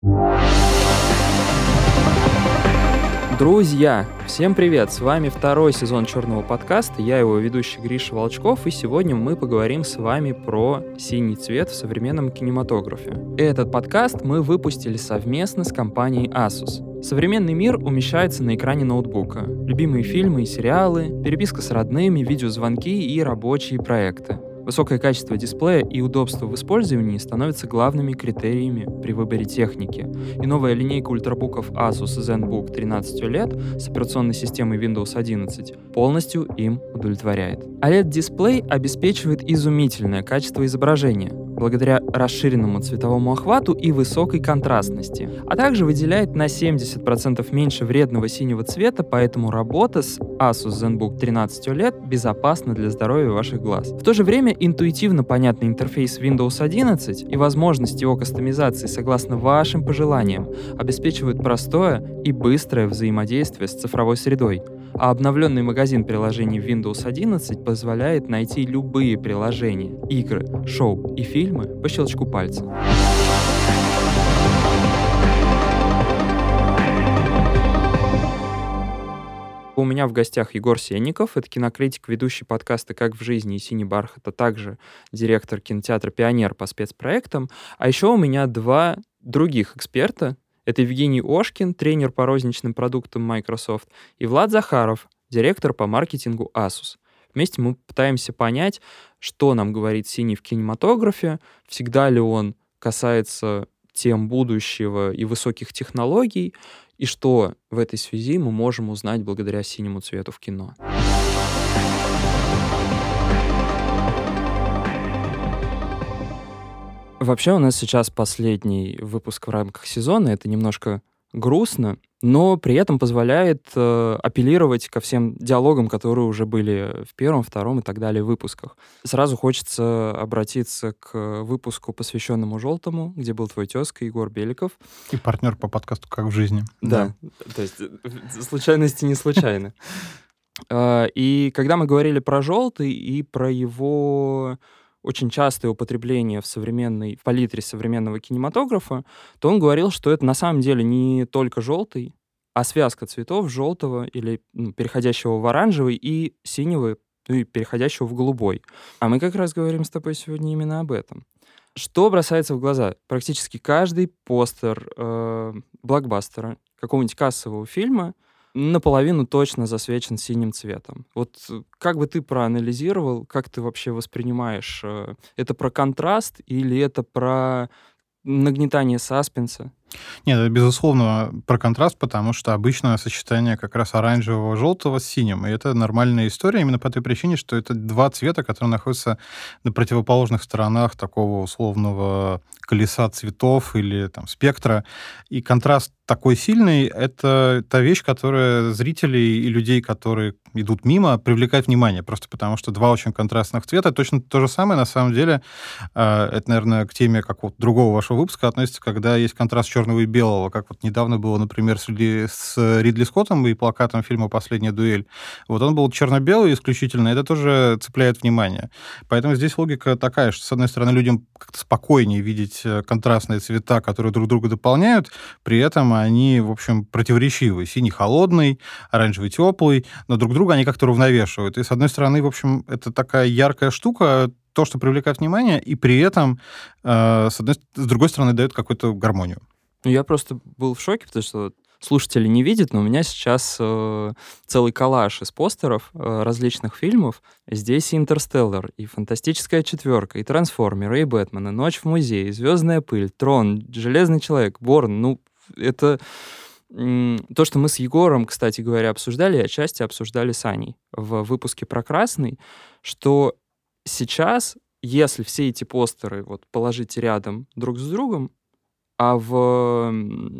Друзья, всем привет! С вами второй сезон «Черного подкаста», я его ведущий Гриша Волчков, и сегодня мы поговорим с вами про синий цвет в современном кинематографе. Этот подкаст мы выпустили совместно с компанией Asus. Современный мир умещается на экране ноутбука. Любимые фильмы и сериалы, переписка с родными, видеозвонки и рабочие проекты. Высокое качество дисплея и удобство в использовании становятся главными критериями при выборе техники. И новая линейка ультрабуков Asus ZenBook 13 OLED с операционной системой Windows 11 полностью им удовлетворяет. OLED-дисплей обеспечивает изумительное качество изображения, благодаря расширенному цветовому охвату и высокой контрастности, а также выделяет на 70% меньше вредного синего цвета, поэтому работа с Asus ZenBook 13 OLED безопасна для здоровья ваших глаз. В то же время интуитивно понятный интерфейс Windows 11 и возможность его кастомизации согласно вашим пожеланиям обеспечивают простое и быстрое взаимодействие с цифровой средой, а обновленный магазин приложений Windows 11 позволяет найти любые приложения, игры, шоу и фильмы по щелчку пальца. У меня в гостях Егор Сенников, это кинокритик, ведущий подкаста «Как в жизни» и «Синий бархат», а также директор кинотеатра «Пионер» по спецпроектам. А еще у меня два других эксперта. Это Евгений Ошкин, тренер по розничным продуктам Microsoft, и Влад Захаров, директор по маркетингу Asus. Вместе мы пытаемся понять, что нам говорит синий в кинематографе, всегда ли он касается тем будущего и высоких технологий, и что в этой связи мы можем узнать благодаря синему цвету в кино. Вообще у нас сейчас последний выпуск в рамках сезона, это немножко грустно, но при этом позволяет апеллировать ко всем диалогам, которые уже были в первом, втором и так далее выпусках. Сразу хочется обратиться к выпуску, посвященному «Желтому», где был твой тезка Егор Беликов. И партнер по подкасту «Как в жизни». Да. То есть случайности не случайны. И когда мы говорили про «Желтый» и про его очень частое употребление в палитре современного кинематографа, то он говорил, что это на самом деле не только желтый, а связка цветов желтого или переходящего в оранжевый и синего, и переходящего в голубой. А мы как раз говорим с тобой сегодня именно об этом. Что бросается в глаза? Практически каждый постер блокбастера, какого-нибудь кассового фильма наполовину точно засвечен синим цветом. Вот как бы ты проанализировал, как ты вообще воспринимаешь, это про контраст или это про нагнетание саспенса? Нет, это, безусловно, про контраст, потому что обычно сочетание как раз оранжевого, желтого с синим. И это нормальная история именно по той причине, что это два цвета, которые находятся на противоположных сторонах такого условного колеса цветов или там спектра. И контраст такой сильный — это та вещь, которая зрителей и людей, которые идут мимо, привлекает внимание. Просто потому что два очень контрастных цвета. Точно то же самое, на самом деле, это, наверное, к теме какого-то другого вашего выпуска относится, когда есть контраст черного и белого, как вот недавно было, например, с Ридли Скоттом и плакатом фильма «Последняя дуэль». Вот он был черно-белый исключительно, это тоже цепляет внимание. Поэтому здесь логика такая, что, с одной стороны, людям как-то спокойнее видеть контрастные цвета, которые друг друга дополняют, при этом они, в общем, противоречивы. Синий холодный, оранжевый теплый, но друг друга они как-то уравновешивают. И, с одной стороны, в общем, это такая яркая штука, то, что привлекает внимание, и при этом, с другой стороны, дает какую-то гармонию. Я просто был в шоке, потому что слушатели не видят, но у меня сейчас целый коллаж из постеров различных фильмов. Здесь и «Интерстеллар», и «Фантастическая четверка», и «Трансформеры», и «Бэтмен», и «Ночь в музее», и «Звездная пыль», «Трон», «Железный человек», «Борн». Ну, это то, что мы с Егором, кстати говоря, обсуждали, и отчасти обсуждали с Аней в выпуске про «Красный», что сейчас, если все эти постеры вот положить рядом друг с другом, а в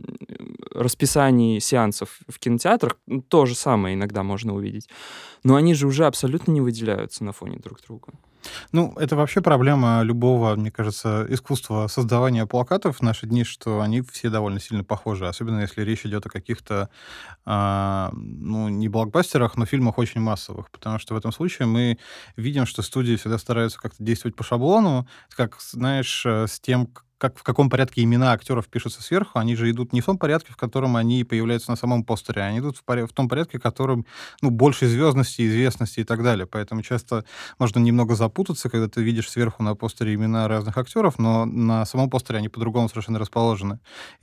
расписании сеансов в кинотеатрах то же самое иногда можно увидеть. Но они же уже абсолютно не выделяются на фоне друг друга. Ну, это вообще проблема любого, мне кажется, искусства создавания плакатов в наши дни, что они все довольно сильно похожи, особенно если речь идет о каких-то, не блокбастерах, но фильмах очень массовых, потому что в этом случае мы видим, что студии всегда стараются как-то действовать по шаблону, как, знаешь, с тем, в каком порядке имена актеров пишутся сверху, они же идут не в том порядке, в котором они появляются на самом постере, они идут в том порядке, в котором, ну, больше звездности, известности и так далее. Поэтому часто можно немного запутаться, когда ты видишь сверху на постере имена разных актеров, но на самом постере они по-другому совершенно расположены.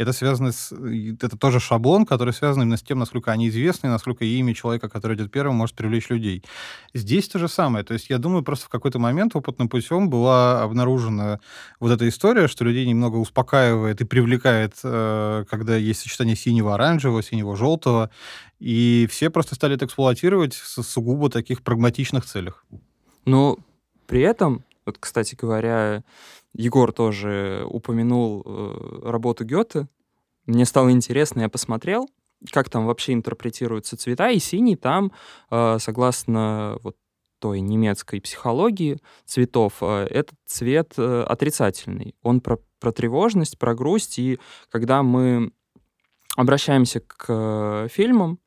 Это тоже шаблон, который связан именно с тем, насколько они известны, насколько имя человека, который идет первым, может привлечь людей. Здесь то же самое. То есть я думаю, просто в какой-то момент опытным путем была обнаружена вот эта история, что людей немного успокаивает и привлекает, когда есть сочетание синего-оранжевого, синего-желтого, и все просто стали это эксплуатировать в сугубо таких прагматичных целях. Но при этом, вот, кстати говоря, Егор тоже упомянул работу Гёте. Мне стало интересно, я посмотрел, как там вообще интерпретируются цвета, и синий там, согласно вот той немецкой психологии цветов, этот цвет отрицательный. Он про тревожность, про грусть, и когда мы обращаемся к фильмам,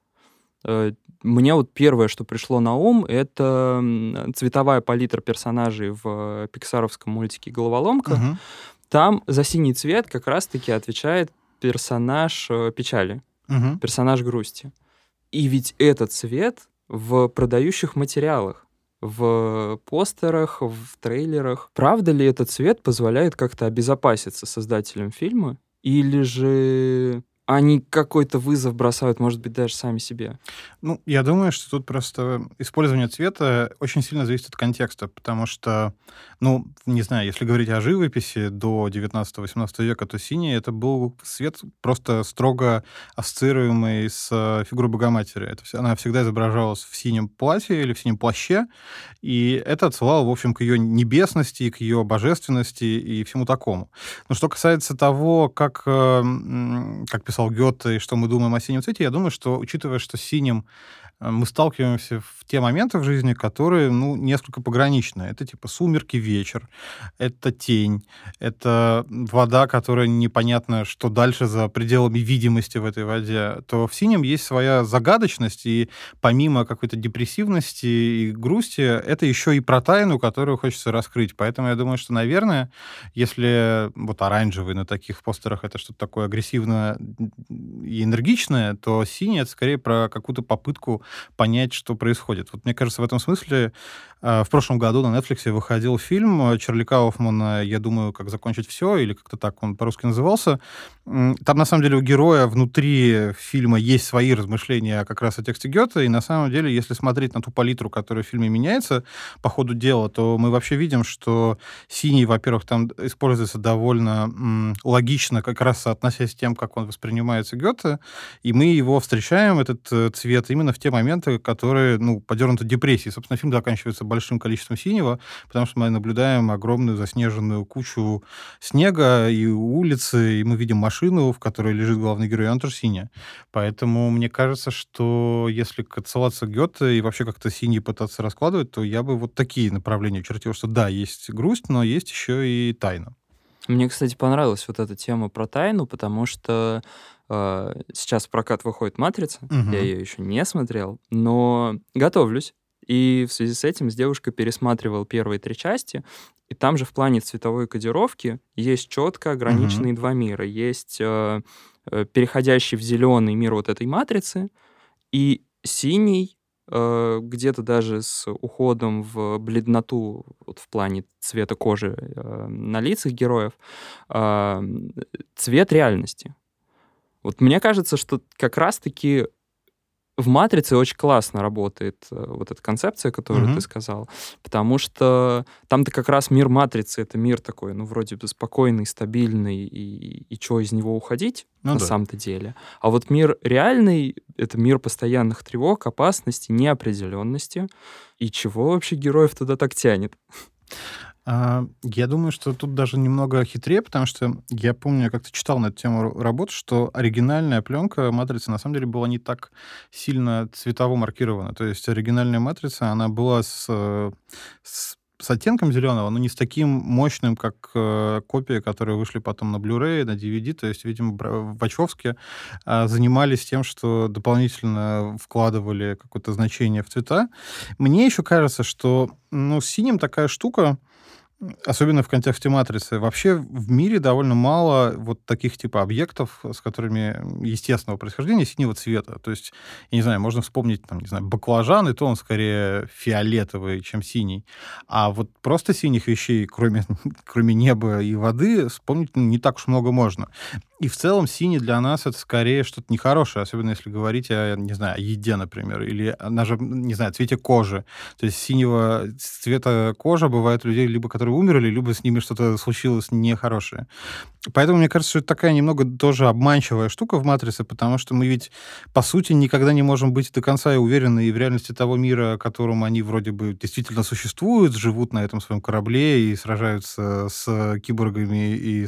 мне вот первое, что пришло на ум, это цветовая палитра персонажей в пиксаровском мультике «Головоломка». Мгм. Там за синий цвет как раз-таки отвечает персонаж печали, Мгм. персонаж грусти. И ведь этот цвет в продающих материалах, в постерах, в трейлерах. Правда ли этот цвет позволяет как-то обезопаситься создателям фильма? Или же они какой-то вызов бросают, может быть, даже сами себе? Ну, я думаю, что тут просто использование цвета очень сильно зависит от контекста, потому что, ну, не знаю, если говорить о живописи до 19-18 века, то синий — это был цвет просто строго ассоциируемый с фигурой Богоматери. Она всегда изображалась в синем платье или в синем плаще, и это отсылало, в общем, к ее небесности, к ее божественности и всему такому. Но что касается того, как писал Гёте и что мы думаем о синем цвете, я думаю, что, учитывая, что с синим мы сталкиваемся в те моменты в жизни, которые, ну, несколько пограничны. Это типа сумерки, вечер, это тень, это вода, которая непонятно, что дальше за пределами видимости в этой воде, то в синем есть своя загадочность, и помимо какой-то депрессивности и грусти, это еще и про тайну, которую хочется раскрыть. Поэтому я думаю, что, наверное, если вот оранжевый на таких постерах это что-то такое агрессивное и энергичное, то синий — это скорее про какую-то попытку понять, что происходит. Вот мне кажется, в этом смысле в прошлом году на Netflix выходил фильм Чарли Кауфмана «Я думаю, как закончить все», или как-то так он по-русски назывался. Там, на самом деле, у героя внутри фильма есть свои размышления как раз о тексте Гёте, и на самом деле, если смотреть на ту палитру, которая в фильме меняется по ходу дела, то мы вообще видим, что синий, во-первых, там используется довольно логично, как раз соотносясь с тем, как он воспринимается Гёте, и мы его встречаем, этот цвет, именно в те моменты, которые, ну, подернуты депрессией. Собственно, фильм заканчивается большим количеством синего, потому что мы наблюдаем огромную заснеженную кучу снега и улицы, и мы видим машину, в которой лежит главный герой, и она тоже синяя. Поэтому мне кажется, что если отсылаться к Гёте и вообще как-то синий пытаться раскладывать, то я бы вот такие направления чертил, что да, есть грусть, но есть еще и тайна. Мне, кстати, понравилась вот эта тема про тайну, потому что сейчас в прокат выходит «Матрица». Я ее еще не смотрел, но готовлюсь. И в связи с этим с девушкой пересматривал первые 3 части, и там же в плане цветовой кодировки есть четко ограниченные два мира. Есть переходящий в зеленый мир вот этой «Матрицы», и синий, где-то даже с уходом в бледноту вот в плане цвета кожи на лицах героев, цвет реальности. Вот мне кажется, что как раз-таки в «Матрице» очень классно работает вот эта концепция, которую ты сказал, потому что там-то как раз мир «Матрицы» — это мир такой, ну, вроде бы спокойный, стабильный, и чего из него уходить на самом-то деле. А вот мир реальный — это мир постоянных тревог, опасности, неопределенности. И чего вообще героев туда так тянет? Я думаю, что тут даже немного хитрее, потому что я помню, я как-то читал на эту тему работ, что оригинальная пленка «Матрицы» на самом деле была не так сильно цветово маркирована. То есть оригинальная «Матрица», она была с оттенком зеленого, но не с таким мощным, как копии, которые вышли потом на Blu-ray, на DVD. То есть, видимо, Вачовски занимались тем, что дополнительно вкладывали какое-то значение в цвета. Мне еще кажется, что, ну, с синим такая штука, Особенно в контексте «Матрицы». Вообще в мире довольно мало вот таких типа объектов, с которыми естественного происхождения синего цвета. То есть, я не знаю, можно вспомнить, там, не знаю, баклажан, и то он скорее фиолетовый, чем синий. А вот просто синих вещей, кроме, кроме неба и воды, вспомнить не так уж много можно. И в целом синий для нас это скорее что-то нехорошее, особенно если говорить о, не знаю, о еде, например, или даже, не знаю, цвете кожи. То есть синего цвета кожа бывает у людей, либо которые умерли, либо с ними что-то случилось нехорошее. Поэтому мне кажется, что это такая немного тоже обманчивая штука в «Матрице», потому что мы ведь, по сути, никогда не можем быть до конца и уверены и в реальности того мира, в котором они вроде бы действительно существуют, живут на этом своем корабле и сражаются с киборгами и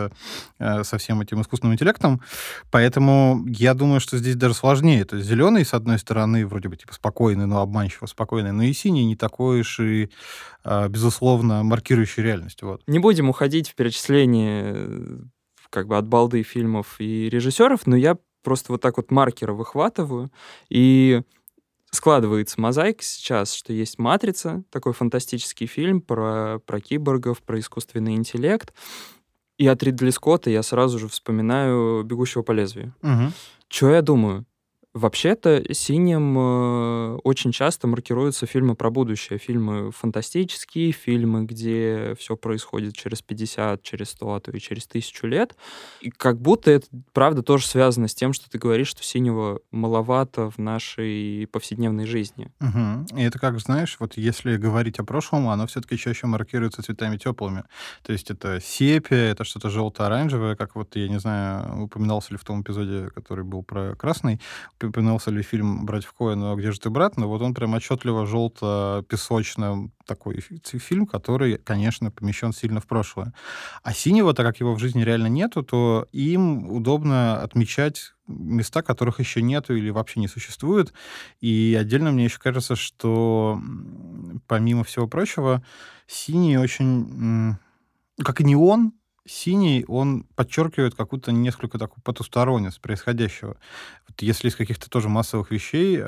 со всем этим искусственным интеллектом. Поэтому я думаю, что здесь даже сложнее. То есть зеленый, с одной стороны, вроде бы типа спокойный, но обманчиво спокойный, но и синий не такой уж и, безусловно, маркирующий реальность. Вот. Не будем уходить в перечисление как бы от балды фильмов и режиссеров, но я просто вот так вот маркеры выхватываю, и складывается мозаика сейчас, что есть «Матрица», такой фантастический фильм про киборгов, про искусственный интеллект, и от Ридли Скотта я сразу же вспоминаю «Бегущего по лезвию». Угу. Чё я думаю? Вообще-то синим очень часто маркируются фильмы про будущее. Фильмы фантастические, фильмы, где все происходит через 50, через 100, а то и через 1000 лет. И как будто это, правда, тоже связано с тем, что ты говоришь, что синего маловато в нашей повседневной жизни. Угу. И это как, знаешь, вот если говорить о прошлом, оно все-таки чаще маркируется цветами теплыми. То есть это сепия, это что-то желто-оранжевое, как вот, я не знаю, упоминался ли в том эпизоде, который был про красный, упоминался ли фильм «Братьев Коэн», «Где же ты, брат?», но вот он прям отчетливо желто-песочный такой фильм, который, конечно, помещен сильно в прошлое. А синего, так как его в жизни реально нету, то им удобно отмечать места, которых еще нету или вообще не существует. И отдельно мне еще кажется, что помимо всего прочего, синий очень, как и неон, синий, он подчеркивает какую-то несколько такую потусторонность происходящего. Вот если из каких-то тоже массовых вещей,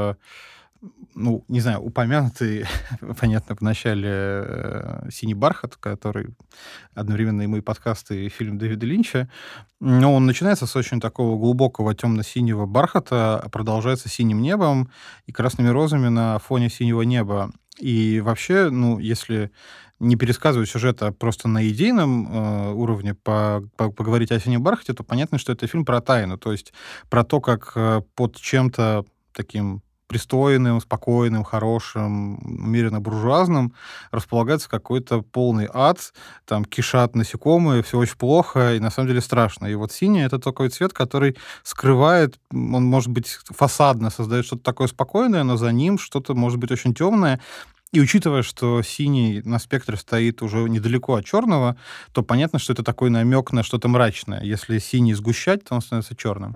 ну, не знаю, упомянутый, понятно, в начале «Синий бархат», который одновременно и мои подкасты, и фильм Дэвида Линча, но он начинается с очень такого глубокого темно-синего бархата, а продолжается синим небом и красными розами на фоне синего неба. И вообще, ну, если не пересказывать сюжет, а просто на идейном уровне поговорить о «Синем бархате», то понятно, что это фильм про тайну, то есть про то, как под чем-то таким пристойным, спокойным, хорошим, умеренно буржуазным располагается какой-то полный ад, там кишат насекомые, все очень плохо и на самом деле страшно. И вот синий — это такой цвет, который скрывает, он, может быть, фасадно создает что-то такое спокойное, но за ним что-то может быть очень темное. И учитывая, что синий на спектре стоит уже недалеко от черного, то понятно, что это такой намек на что-то мрачное. Если синий сгущать, то он становится черным.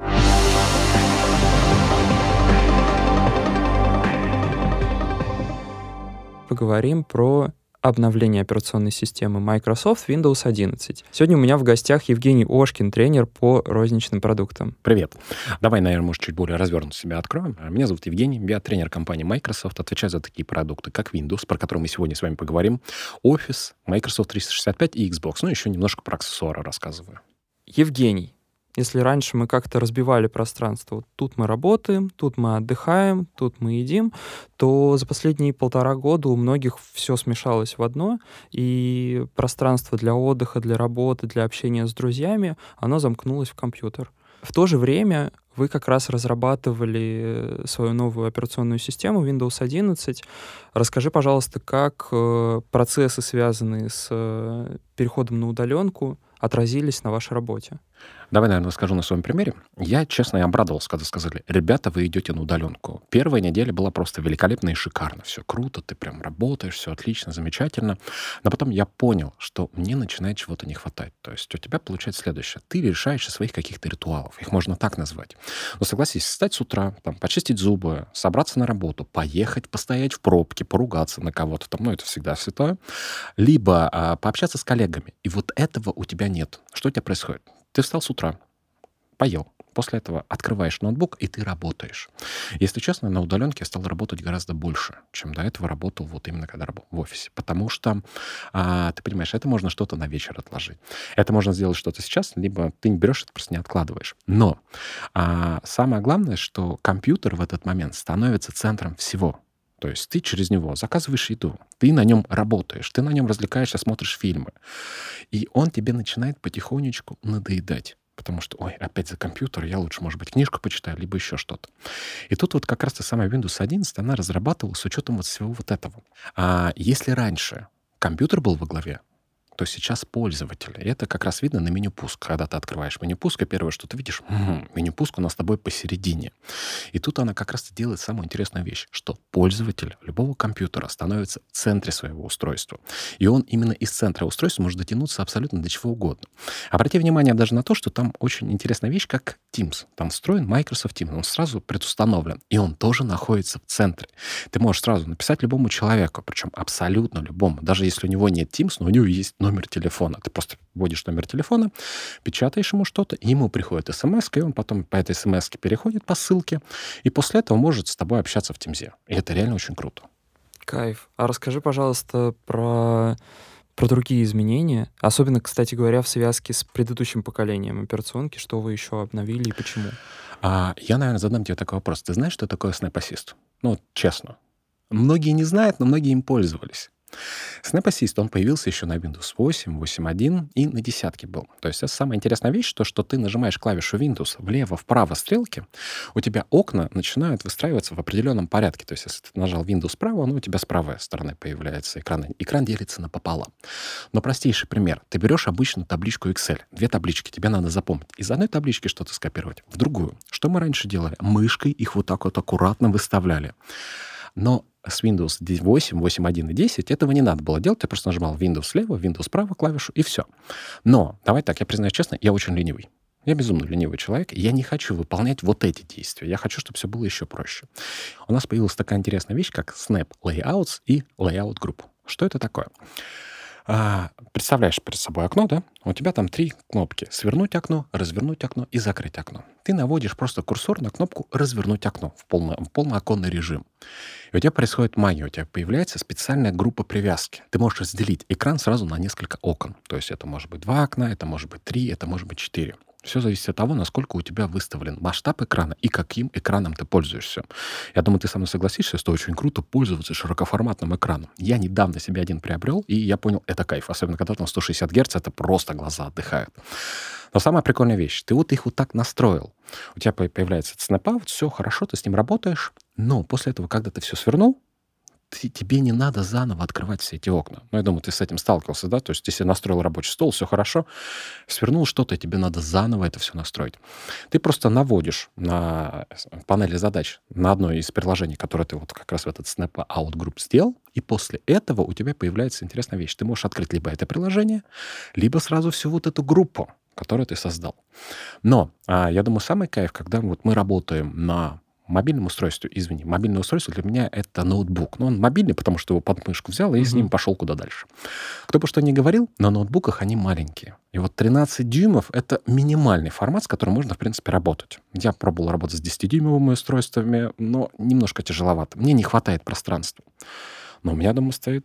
Поговорим про обновление операционной системы Microsoft Windows 11. Сегодня у меня в гостях Евгений Ошкин, тренер по розничным продуктам. Привет. Давай, наверное, может, чуть более развернуто себя откроем. Меня зовут Евгений, я тренер компании Microsoft, отвечаю за такие продукты, как Windows, про которые мы сегодня с вами поговорим, Office, Microsoft 365 и Xbox. Ну, еще немножко про аксессуары рассказываю. Евгений, если раньше мы как-то разбивали пространство, вот тут мы работаем, тут мы отдыхаем, тут мы едим, то за последние 1,5 года у многих все смешалось в одно, и пространство для отдыха, для работы, для общения с друзьями, оно замкнулось в компьютер. В то же время вы как раз разрабатывали свою новую операционную систему Windows 11. Расскажи, пожалуйста, как процессы, связанные с переходом на удаленку, отразились на вашей работе? Давай, наверное, скажу на своем примере. Я, честно, обрадовался, когда сказали: ребята, вы идете на удаленку. Первая неделя была просто великолепна и шикарна. Все круто, ты прям работаешь, все отлично, замечательно. Но потом я понял, что мне начинает чего-то не хватать. То есть у тебя получается следующее. Ты лишаешься своих каких-то ритуалов. Их можно так назвать. Но согласись, встать с утра, там, почистить зубы, собраться на работу, поехать, постоять в пробке, поругаться на кого-то. Там, ну, это всегда святое. Либо пообщаться с коллегами. И вот этого у тебя нет. Что у тебя происходит? Ты встал с утра, поел, После этого открываешь ноутбук, и ты работаешь. Если честно, на удаленке я стал работать гораздо больше, чем до этого работал вот именно когда работал в офисе. Потому что, ты понимаешь, это можно что-то на вечер отложить. Это можно сделать что-то сейчас, либо ты не берешь это, просто не откладываешь. Но самое главное, что компьютер в этот момент становится центром всего. То есть ты через него заказываешь еду, ты на нем работаешь, ты на нем развлекаешься, смотришь фильмы. И он тебе начинает потихонечку надоедать. Потому что, ой, опять за компьютер, я лучше, может быть, книжку почитаю, либо еще что-то. И тут вот как раз-то самая Windows 11, она разрабатывалась с учетом вот всего вот этого. А если раньше компьютер был во главе, то сейчас пользователи. И это как раз видно на меню пуск. Когда ты открываешь меню пуска, первое, что ты видишь, меню пуск у нас с тобой посередине. И тут она как раз делает самую интересную вещь, что пользователь любого компьютера становится в центре своего устройства. И он именно из центра устройства может дотянуться абсолютно до чего угодно. Обрати внимание даже на то, что там очень интересная вещь, как Teams. Там встроен Microsoft Teams. Он сразу предустановлен. И он тоже находится в центре. Ты можешь сразу написать любому человеку, причем абсолютно любому. Даже если у него нет Teams, но у него есть номер телефона. Ты просто вводишь номер телефона, печатаешь ему что-то, и ему приходит смс, и он потом по этой смс переходит по ссылке, и после этого может с тобой общаться в Teams. И это реально очень круто. Кайф. А расскажи, пожалуйста, про другие изменения, особенно, кстати говоря, в связке с предыдущим поколением операционки, что вы еще обновили и почему? Я, наверное, задам тебе такой вопрос. Ты знаешь, что такое Snap Assist? Ну, честно. Многие не знают, но многие им пользовались. Snap Assist, он появился еще на Windows 8, 8.1 и на 10 был. То есть это самая интересная вещь, то, что ты нажимаешь клавишу Windows влево-вправо стрелки, у тебя окна начинают выстраиваться в определенном порядке. То есть если ты нажал Windows справа, у тебя с правой стороны появляется экран. Экран делится напополам. Но простейший пример. Ты берешь обычную табличку Excel, 2 таблички, тебе надо запомнить. Из одной таблички что-то скопировать в другую. Что мы раньше делали? Мышкой их вот так вот аккуратно выставляли. Но с Windows 8, 8.1 и 10 этого не надо было делать. Я просто нажимал Windows слева, Windows справа клавишу, и все. Но, давай так, я признаюсь честно, я очень ленивый. Я безумно ленивый человек, и я не хочу выполнять вот эти действия. Я хочу, чтобы все было еще проще. У нас появилась такая интересная вещь, как Snap Layouts и Layout Group. Что это такое? Представляешь перед собой окно, да? У тебя там 3 кнопки. Свернуть окно, развернуть окно и закрыть окно. Ты наводишь просто курсор на кнопку «Развернуть окно» в полнооконный режим. И у тебя происходит магия. У тебя появляется специальная группа привязки. Ты можешь разделить экран сразу на несколько окон. То есть это может быть 2 окна, это может быть 3, это может быть 4. Все зависит от того, насколько у тебя выставлен масштаб экрана и каким экраном ты пользуешься. Я думаю, ты со мной согласишься, что очень круто пользоваться широкоформатным экраном. Я недавно себе один приобрел, и я понял, это кайф. Особенно, когда там 160 Гц, это просто глаза отдыхают. Но самая прикольная вещь, ты вот их вот так настроил. У тебя появляется снэп-аут, все хорошо, ты с ним работаешь, но после этого, когда ты все свернул, тебе не надо заново открывать все эти окна. Ну, я думаю, ты с этим сталкивался, да? То есть ты себе настроил рабочий стол, все хорошо, свернул что-то, тебе надо заново это все настроить. Ты просто наводишь на панели задач на одно из приложений, которое ты вот как раз в этот Snap Out Group сделал, и после этого у тебя появляется интересная вещь. Ты можешь открыть либо это приложение, либо сразу всю вот эту группу, которую ты создал. Но я думаю, самый кайф, когда вот мы работаем на мобильном устройстве, мобильное устройство для меня это ноутбук. Но он мобильный, потому что его под мышку взял и с ним пошел куда дальше. Кто бы что ни говорил, на ноутбуках они маленькие. И вот 13 дюймов — это минимальный формат, с которым можно, в принципе, работать. Я пробовал работать с 10-дюймовыми устройствами, но немножко тяжеловато. Мне не хватает пространства. Но у меня дома стоит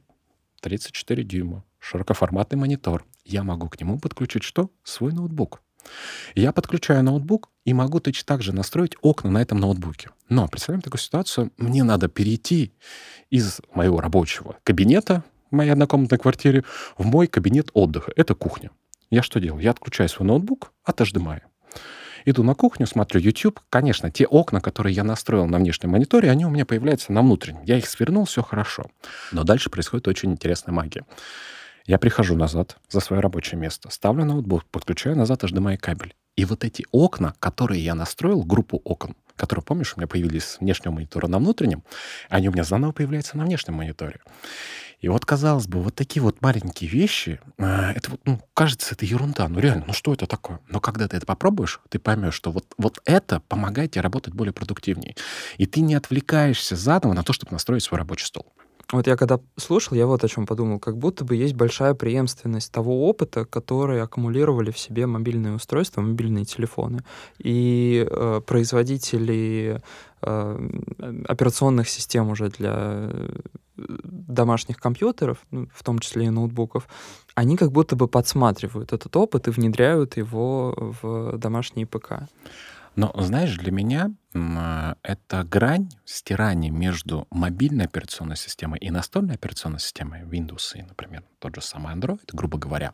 34 дюйма, широкоформатный монитор. Я могу к нему подключить что? Свой ноутбук. Я подключаю ноутбук и могу точно так же настроить окна на этом ноутбуке. Но представляем такую ситуацию. Мне надо перейти из моего рабочего кабинета в моей однокомнатной квартире в мой кабинет отдыха. Это кухня. Я что делаю? Я отключаю свой ноутбук от HDMI. Иду на кухню, смотрю YouTube. Конечно, те окна, которые я настроил на внешнем мониторе, они у меня появляются на внутреннем. Я их свернул, все хорошо. Но дальше происходит очень интересная магия. Я прихожу назад за свое рабочее место, ставлю ноутбук, подключаю назад HDMI кабель. И вот эти окна, которые я настроил, группу окон, которые, помнишь, у меня появились с внешнего монитора на внутреннем, они у меня заново появляются на внешнем мониторе. И вот, казалось бы, вот такие вот маленькие вещи, это вот, кажется, это ерунда. Реально, что это такое? Но когда ты это попробуешь, ты поймешь, что вот это помогает тебе работать более продуктивнее. И ты не отвлекаешься заново на то, чтобы настроить свой рабочий стол. Вот я когда слушал, я вот о чем подумал. Как будто бы есть большая преемственность того опыта, который аккумулировали в себе мобильные устройства, мобильные телефоны. И производители операционных систем уже для домашних компьютеров, ну, в том числе и ноутбуков, они как будто бы подсматривают этот опыт и внедряют его в домашние ПК. Но, знаешь, для меня эта грань стирания между мобильной операционной системой и настольной операционной системой Windows и, например, тот же самый Android, грубо говоря,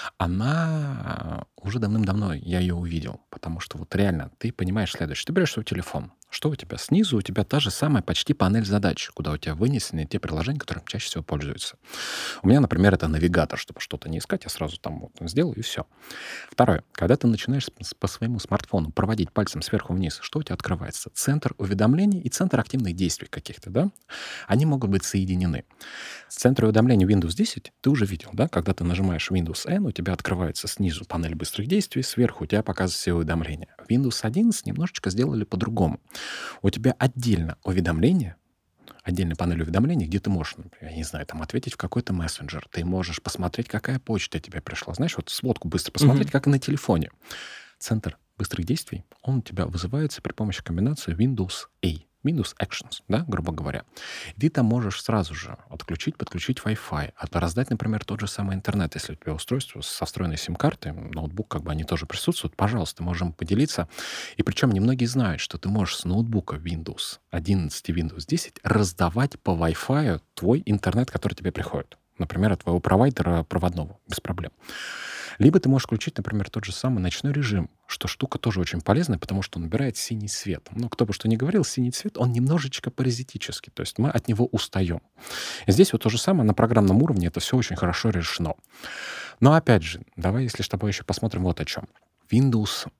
она уже давным-давно я ее увидел. Потому что вот реально ты понимаешь следующее. Ты берешь свой телефон. Что у тебя? Снизу у тебя та же самая почти панель задач, куда у тебя вынесены те приложения, которыми чаще всего пользуются. У меня, например, это навигатор, чтобы что-то не искать, я сразу там вот сделаю, и все. Второе. Когда ты начинаешь по своему смартфону проводить пальцем сверху вниз, что у тебя открывается? Центр уведомлений и центр активных действий каких-то, да? Они могут быть соединены. Центр уведомлений Windows 10 ты уже видел, да? Когда ты нажимаешь Windows N, у тебя открывается снизу панель быстрых действий, сверху у тебя показывают все уведомления. Windows 11 немножечко сделали по-другому. У тебя отдельно уведомления, отдельная панель уведомлений, где ты можешь, например, я не знаю, там ответить в какой-то мессенджер, ты можешь посмотреть, какая почта тебе пришла. Знаешь, вот сводку быстро посмотреть, как на телефоне. Центр быстрых действий, он у тебя вызывается при помощи комбинации Windows A. Windows Actions, да, грубо говоря. И ты там можешь сразу же отключить, подключить Wi-Fi, раздать, например, тот же самый интернет. Если у тебя устройство со встроенной сим-картой, ноутбук, как бы они тоже присутствуют, пожалуйста, можем поделиться. И причем немногие знают, что ты можешь с ноутбука Windows 11 и Windows 10 раздавать по Wi-Fi твой интернет, который тебе приходит. Например, от твоего провайдера проводного, без проблем. Либо ты можешь включить, например, тот же самый ночной режим, что штука тоже очень полезная, потому что он убирает синий свет. Ну, кто бы что ни говорил, синий цвет, он немножечко паразитический, то есть мы от него устаем. И здесь вот то же самое на программном уровне, это все очень хорошо решено. Но опять же, давай, если с тобой еще посмотрим вот о чем. Windows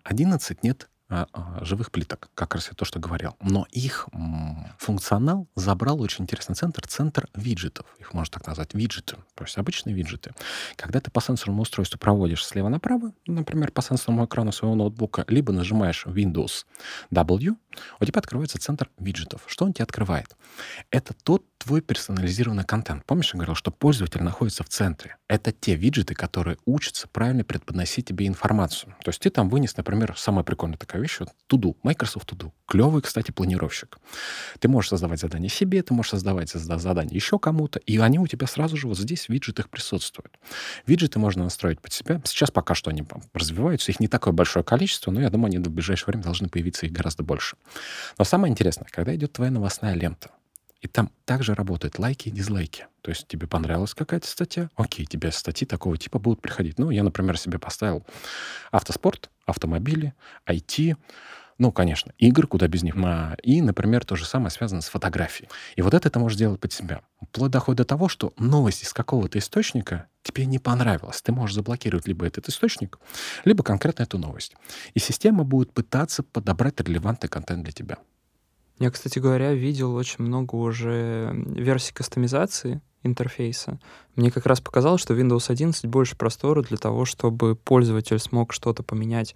11 нет живых плиток, как раз я то, что говорил. Но их функционал забрал очень интересный центр виджетов. Их можно так назвать, виджеты. То есть обычные виджеты. Когда ты по сенсорному устройству проводишь слева направо, например, по сенсорному экрану своего ноутбука, либо нажимаешь Windows W, у тебя открывается центр виджетов. Что он тебе открывает? Это тот твой персонализированный контент. Помнишь, я говорил, что пользователь находится в центре. Это те виджеты, которые учатся правильно преподносить тебе информацию. То есть ты там вынес, например, самая прикольная такая вещь, вот To-Do, Microsoft To-Do. Клевый, кстати, планировщик. Ты можешь создавать задания себе, ты можешь создавать задания еще кому-то, и они у тебя сразу же вот здесь в виджетах присутствуют. Виджеты можно настроить под себя. Сейчас пока что они развиваются, их не такое большое количество, но я думаю, они в ближайшее время должны появиться их гораздо больше. Но самое интересное, когда идет твоя новостная лента, и там также работают лайки и дизлайки. То есть тебе понравилась какая-то статья, окей, тебе статьи такого типа будут приходить. Ну, я, например, себе поставил автоспорт, автомобили, IT, ну, конечно, игры, куда без них. И, например, то же самое связано с фотографией. И вот это ты можешь делать под себя. Вплоть доходит до того, что новость из какого-то источника тебе не понравилась. Ты можешь заблокировать либо этот источник, либо конкретно эту новость. И система будет пытаться подобрать релевантный контент для тебя. Я, кстати говоря, видел очень много уже версий кастомизации интерфейса. Мне как раз показалось, что Windows 11 больше простора для того, чтобы пользователь смог что-то поменять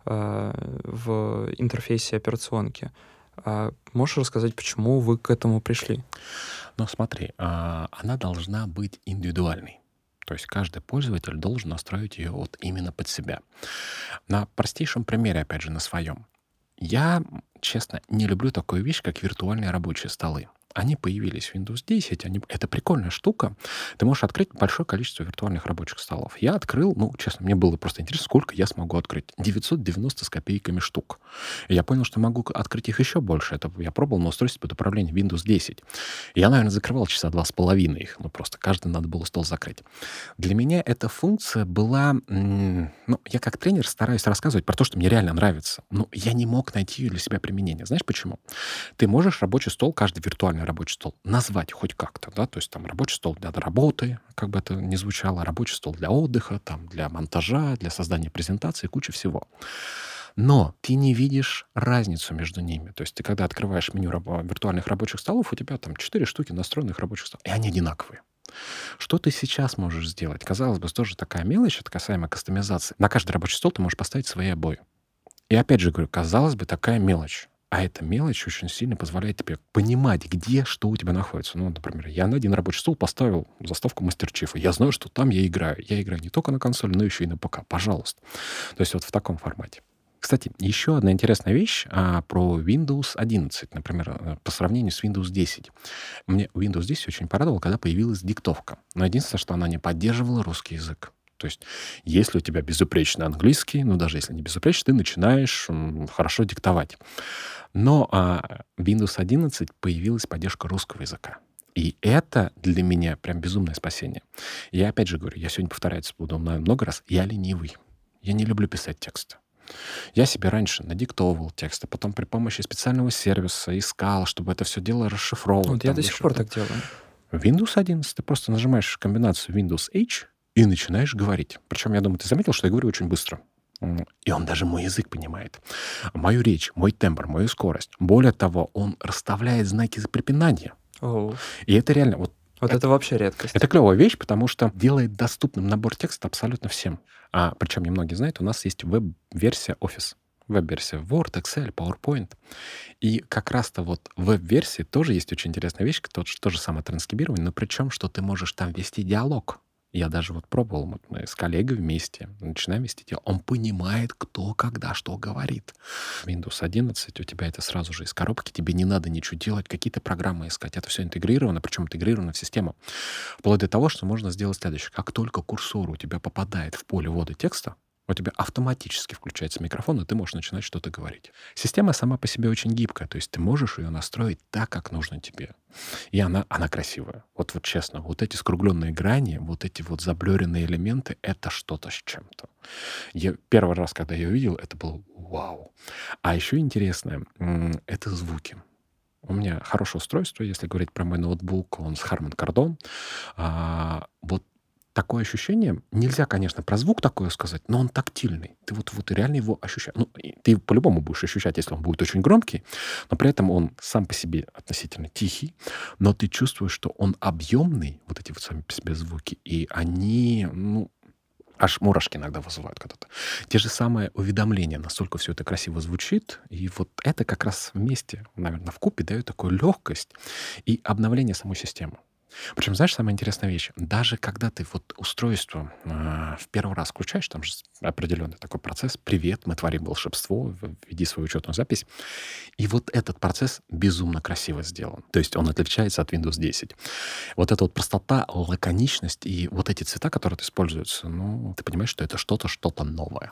в интерфейсе операционки. Можешь рассказать, почему вы к этому пришли? Ну, смотри, она должна быть индивидуальной. То есть каждый пользователь должен настроить ее вот именно под себя. На простейшем примере, опять же, на своем. Я, честно, не люблю такую вещь, как виртуальные рабочие столы. Они появились в Windows 10, это прикольная штука. Ты можешь открыть большое количество виртуальных рабочих столов. Я открыл, ну, честно, мне было просто интересно, сколько я смогу открыть. 990 с копейками штук. И я понял, что могу открыть их еще больше. Это я пробовал на устройстве под управлением Windows 10. И я, наверное, закрывал часа 2,5 их. Ну, просто каждый надо было стол закрыть. Для меня эта функция была... Ну, я как тренер стараюсь рассказывать про то, что мне реально нравится. Но я не мог найти ее для себя применение. Знаешь почему? Ты можешь рабочий стол, каждый виртуальный рабочий стол, назвать хоть как-то, да, то есть там рабочий стол для работы, как бы это ни звучало, рабочий стол для отдыха, там, для монтажа, для создания презентации, куча всего. Но ты не видишь разницу между ними. То есть ты, когда открываешь меню виртуальных рабочих столов, у тебя там 4 штуки настроенных рабочих столов, и они одинаковые. Что ты сейчас можешь сделать? Казалось бы, тоже такая мелочь, это касаемо кастомизации. На каждый рабочий стол ты можешь поставить свои обои. И опять же говорю, казалось бы, такая мелочь. А эта мелочь очень сильно позволяет тебе понимать, где что у тебя находится. Ну, например, я на один рабочий стол поставил заставку Master Chief. Я знаю, что там я играю. Я играю не только на консоли, но еще и на ПК. Пожалуйста. То есть вот в таком формате. Кстати, еще одна интересная вещь про Windows 11, например, по сравнению с Windows 10. Мне Windows 10 очень порадовал, когда появилась диктовка. Но единственное, что она не поддерживала русский язык. То есть, если у тебя безупречный английский, ну, даже если не безупречный, ты начинаешь хорошо диктовать. Но Windows 11 появилась поддержка русского языка. И это для меня прям безумное спасение. Я опять же говорю, я сегодня повторяться буду много раз, я ленивый. Я не люблю писать тексты. Я себе раньше надиктовывал тексты, потом при помощи специального сервиса искал, чтобы это все дело расшифровывать. Вот я до сих пор так делаю. В Windows 11 ты просто нажимаешь комбинацию Windows H и начинаешь говорить. Причем, я думаю, ты заметил, что я говорю очень быстро. И он даже мой язык понимает. Мою речь, мой тембр, мою скорость. Более того, он расставляет знаки препинания. И это реально... Вот это вообще редкость. Это клевая вещь, потому что делает доступным набор текста абсолютно всем. Причем немногие знают, у нас есть веб-версия Office. Веб-версия Word, Excel, PowerPoint. И как раз-то вот в веб-версии тоже есть очень интересная вещь, то же самое транскрибирование, но причем, что ты можешь там вести диалог. Я даже вот пробовал, мы с коллегой вместе начинаем вести диалог. Он понимает, кто, когда, что говорит. Windows 11, у тебя это сразу же из коробки, тебе не надо ничего делать, какие-то программы искать. Это все интегрировано, причем интегрировано в систему. Вплоть до того, что можно сделать следующее. Как только курсор у тебя попадает в поле ввода текста, у тебя автоматически включается микрофон, и ты можешь начинать что-то говорить. Система сама по себе очень гибкая, то есть ты можешь ее настроить так, как нужно тебе. И она красивая. Вот честно, вот эти скругленные грани, вот эти вот заблюренные элементы — это что-то с чем-то. Я первый раз, когда я увидел, это было вау. А еще интересное — это звуки. У меня хорошее устройство, если говорить про мой ноутбук, он с Harman Kardon. Вот такое ощущение, нельзя, конечно, про звук такое сказать, но он тактильный. Ты вот реально его ощущаешь. Ну, ты по-любому будешь ощущать, если он будет очень громкий, но при этом он сам по себе относительно тихий, но ты чувствуешь, что он объемный, вот эти вот сами по себе звуки, и они, аж мурашки иногда вызывают когда-то. Те же самые уведомления, настолько все это красиво звучит, и вот это как раз вместе, наверное, вкупе дает такую легкость и обновление самой системы. Причем, знаешь, самая интересная вещь. Даже когда ты вот устройство в первый раз включаешь, там же определенный такой процесс. Привет, мы творим волшебство, введи свою учетную запись. И вот этот процесс безумно красиво сделан. То есть он отличается от Windows 10. Вот эта вот простота, лаконичность и вот эти цвета, которые используются, ты понимаешь, что это что-то новое.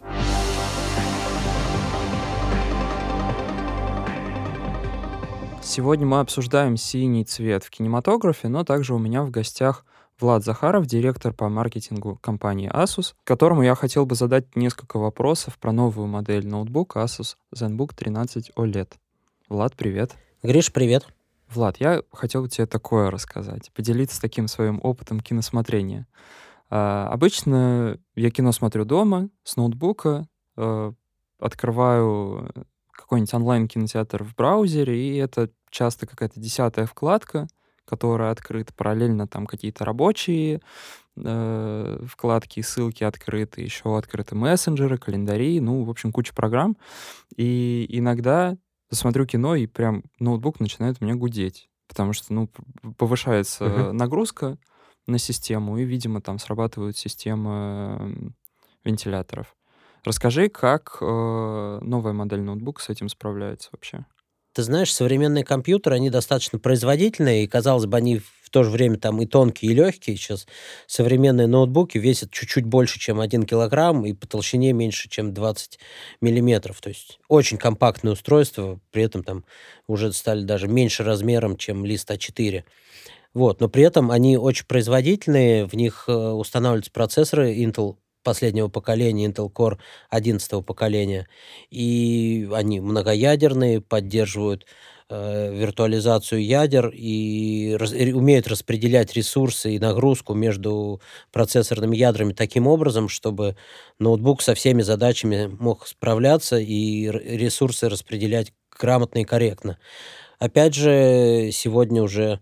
Сегодня мы обсуждаем синий цвет в кинематографе, но также у меня в гостях Влад Захаров, директор по маркетингу компании Asus, которому я хотел бы задать несколько вопросов про новую модель ноутбука Asus ZenBook 13 OLED. Влад, привет. Гриш, привет. Влад, я хотел тебе такое рассказать, поделиться таким своим опытом киносмотрения. Обычно я кино смотрю дома, с ноутбука, открываю какой-нибудь онлайн-кинотеатр в браузере, и это часто какая-то 10-я вкладка, которая открыта параллельно, там какие-то рабочие вкладки и ссылки открыты, еще открыты мессенджеры, календари, в общем, куча программ. И иногда смотрю кино, и прям ноутбук начинает у меня гудеть, потому что, повышается нагрузка на систему, и, видимо, там срабатывают системы вентиляторов. Расскажи, как новая модель ноутбука с этим справляется вообще? Ты знаешь, современные компьютеры, они достаточно производительные, и, казалось бы, они в то же время там и тонкие, и легкие. Сейчас современные ноутбуки весят чуть-чуть больше, чем 1 килограмм, и по толщине меньше, чем 20 миллиметров. То есть очень компактное устройство, при этом там уже стали даже меньше размером, чем лист А4. Но при этом они очень производительные, в них устанавливаются процессоры Intel последнего поколения, Intel Core 11 поколения, и они многоядерные, поддерживают виртуализацию ядер и умеют распределять ресурсы и нагрузку между процессорными ядрами таким образом, чтобы ноутбук со всеми задачами мог справляться и ресурсы распределять грамотно и корректно. Опять же, сегодня уже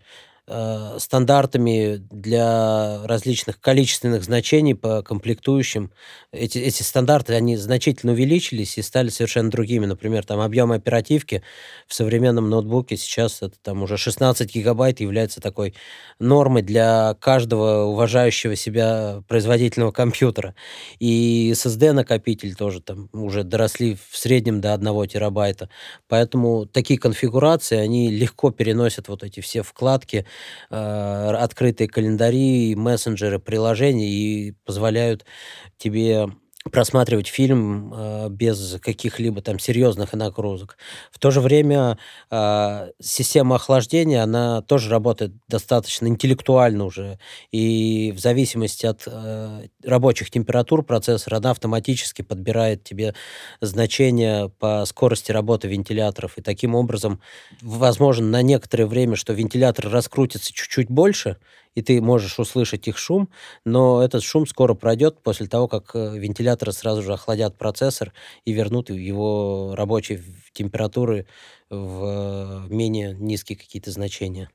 стандартами для различных количественных значений по комплектующим. Эти стандарты, они значительно увеличились и стали совершенно другими. Например, там объем оперативки в современном ноутбуке сейчас это там уже 16 гигабайт является такой нормой для каждого уважающего себя производительного компьютера. И SSD-накопитель тоже там уже доросли в среднем до 1 терабайта. Поэтому такие конфигурации, они легко переносят вот эти все вкладки, открытые календари, мессенджеры, приложения и позволяют тебе просматривать фильм без каких-либо там серьезных нагрузок. В то же время система охлаждения, она тоже работает достаточно интеллектуально уже, и в зависимости от рабочих температур процессора она автоматически подбирает тебе значения по скорости работы вентиляторов, и таким образом возможно на некоторое время, что вентилятор раскрутится чуть-чуть больше, и ты можешь услышать их шум, но этот шум скоро пройдет после того, как вентиляторы сразу же охладят процессор и вернут его рабочие температуры в менее низкие какие-то значения.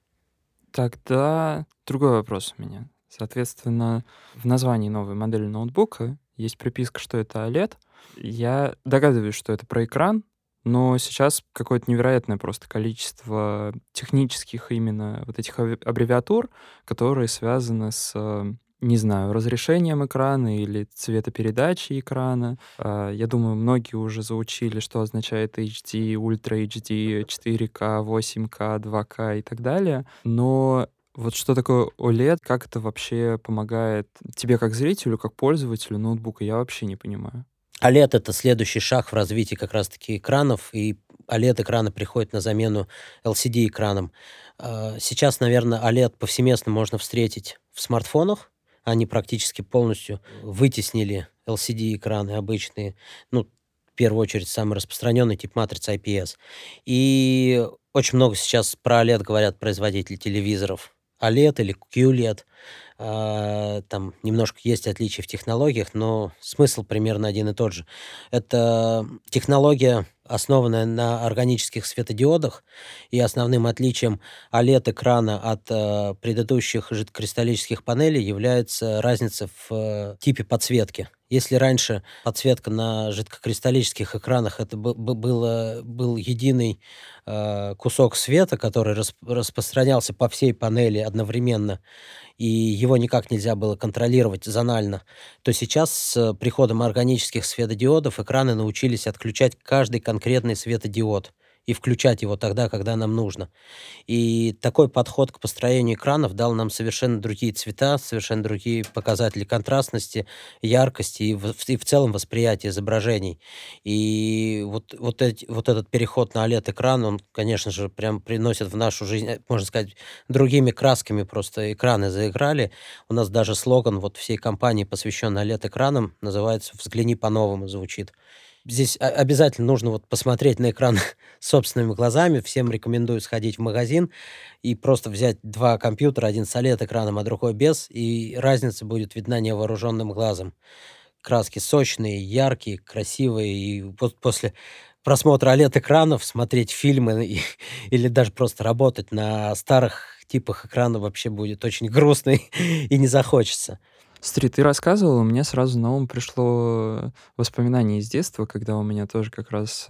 Тогда другой вопрос у меня. Соответственно, в названии новой модели ноутбука есть приписка, что это OLED. Я догадываюсь, что это про экран, но сейчас какое-то невероятное просто количество технических именно вот этих аббревиатур, которые связаны с, не знаю, разрешением экрана или цветопередачей экрана. Я думаю, многие уже заучили, что означает HD, Ultra HD, 4К, 8К, 2К и так далее. Но вот что такое OLED, как это вообще помогает тебе как зрителю, как пользователю ноутбука, я вообще не понимаю. OLED — это следующий шаг в развитии как раз-таки экранов, и OLED-экраны приходят на замену LCD-экранам. Сейчас, наверное, OLED повсеместно можно встретить в смартфонах. Они практически полностью вытеснили LCD-экраны обычные, ну, в первую очередь, самый распространенный тип матрицы IPS. И очень много сейчас про OLED говорят производители телевизоров. OLED или QLED. Там немножко есть отличия в технологиях, но смысл примерно один и тот же. Это технология, основанная на органических светодиодах, и основным отличием OLED-экрана от предыдущих жидкокристаллических панелей является разница в типе подсветки. Если раньше подсветка на жидкокристаллических экранах это был единый кусок света, который распространялся по всей панели одновременно, и его никак нельзя было контролировать зонально, то сейчас с приходом органических светодиодов экраны научились отключать каждый конкретный светодиод и включать его тогда, когда нам нужно. И такой подход к построению экранов дал нам совершенно другие цвета, совершенно другие показатели контрастности, яркости и в целом восприятия изображений. И вот этот переход на OLED-экран, он, конечно же, прям приносит в нашу жизнь, можно сказать, другими красками просто экраны заиграли. У нас даже слоган вот всей компании, посвященный OLED-экранам, называется «Взгляни по-новому», звучит. Здесь обязательно нужно вот посмотреть на экран собственными глазами. Всем рекомендую сходить в магазин и просто взять 2 компьютера, один с OLED-экраном, а другой без, и разница будет видна невооруженным глазом. Краски сочные, яркие, красивые, и вот после просмотра OLED-экранов смотреть фильмы или даже просто работать на старых типах экрана вообще будет очень грустно и не захочется. Смотри, ты рассказывал, мне сразу на ум пришло воспоминание из детства, когда у меня тоже как раз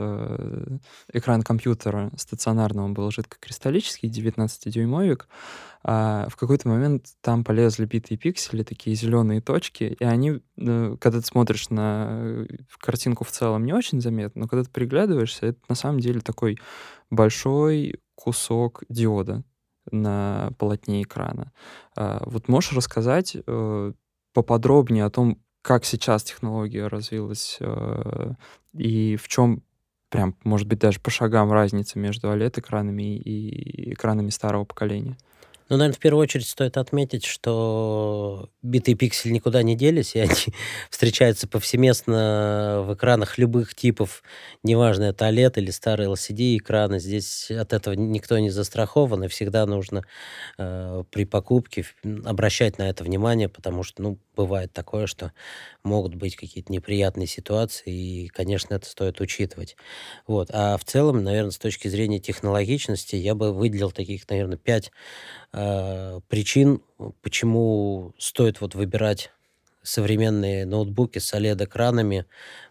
экран компьютера стационарного был жидкокристаллический, 19-дюймовик, а в какой-то момент там полезли битые пиксели, такие зеленые точки, и они, когда ты смотришь на картинку в целом, не очень заметно, но когда ты приглядываешься, это на самом деле такой большой кусок диода на полотне экрана. Вот можешь рассказать поподробнее о том, как сейчас технология развилась и в чем прям, может быть, даже по шагам разница между OLED-экранами и экранами старого поколения? Ну, наверное, в первую очередь стоит отметить, что битые пиксели никуда не делись, и они встречаются повсеместно в экранах любых типов, неважно, это OLED или старые LCD-экраны. Здесь от этого никто не застрахован, и всегда нужно при покупке обращать на это внимание, потому что, ну, бывает такое, что могут быть какие-то неприятные ситуации, и, конечно, это стоит учитывать. Вот. А в целом, наверное, с точки зрения технологичности, я бы выделил таких, наверное, 5 причин, почему стоит вот выбирать современные ноутбуки с OLED-экранами,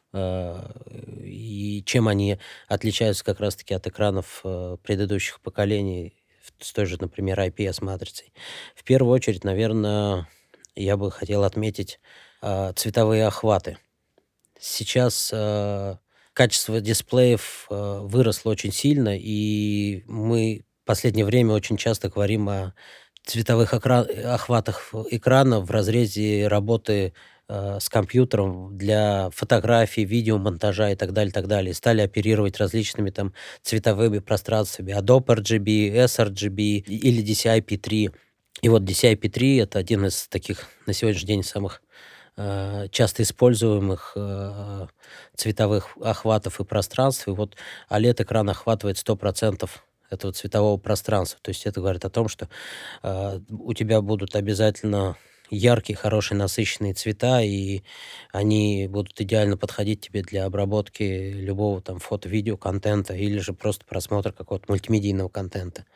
и чем они отличаются как раз-таки от экранов предыдущих поколений с той же, например, IPS-матрицей. В первую очередь, наверное, я бы хотел отметить цветовые охваты. Сейчас качество дисплеев выросло очень сильно, и мы в последнее время очень часто говорим о цветовых охватах экрана в разрезе работы с компьютером для фотографий, видеомонтажа и так далее, так далее. И стали оперировать различными там цветовыми пространствами. Adobe RGB, sRGB или DCI-P3. И вот DCI-P3 — это один из таких на сегодняшний день самых часто используемых цветовых охватов и пространств. И вот OLED-экран охватывает 100% этого цветового пространства. То есть это говорит о том, что у тебя будут обязательно яркие, хорошие, насыщенные цвета, и они будут идеально подходить тебе для обработки любого там фото-видео контента или же просто просмотра какого-то мультимедийного контента.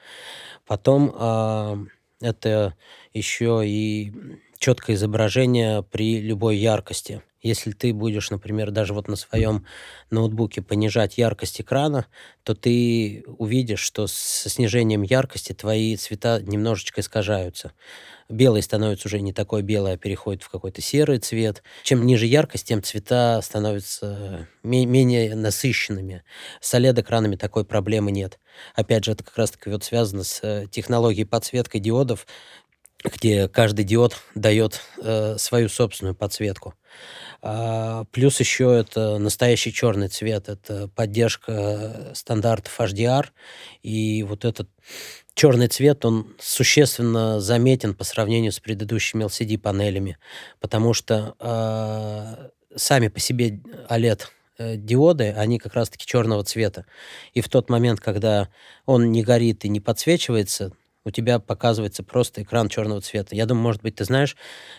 Потом это еще и четкое изображение при любой яркости. Если ты будешь, например, даже вот на своем ноутбуке понижать яркость экрана, то ты увидишь, что со снижением яркости твои цвета немножечко искажаются. Белый становится уже не такой белый, а переходит в какой-то серый цвет. Чем ниже яркость, тем цвета становятся менее насыщенными. С OLED-экранами такой проблемы нет. Опять же, это как раз-таки вот связано с технологией подсветки диодов, где каждый диод дает свою собственную подсветку. Плюс еще это настоящий черный цвет, это поддержка стандартов HDR, и вот этот черный цвет, он существенно заметен по сравнению с предыдущими LCD-панелями, потому что сами по себе OLED-диоды, они как раз-таки черного цвета. И в тот момент, когда он не горит и не подсвечивается, у тебя показывается просто экран черного цвета. Я думаю, может быть, ты знаешь,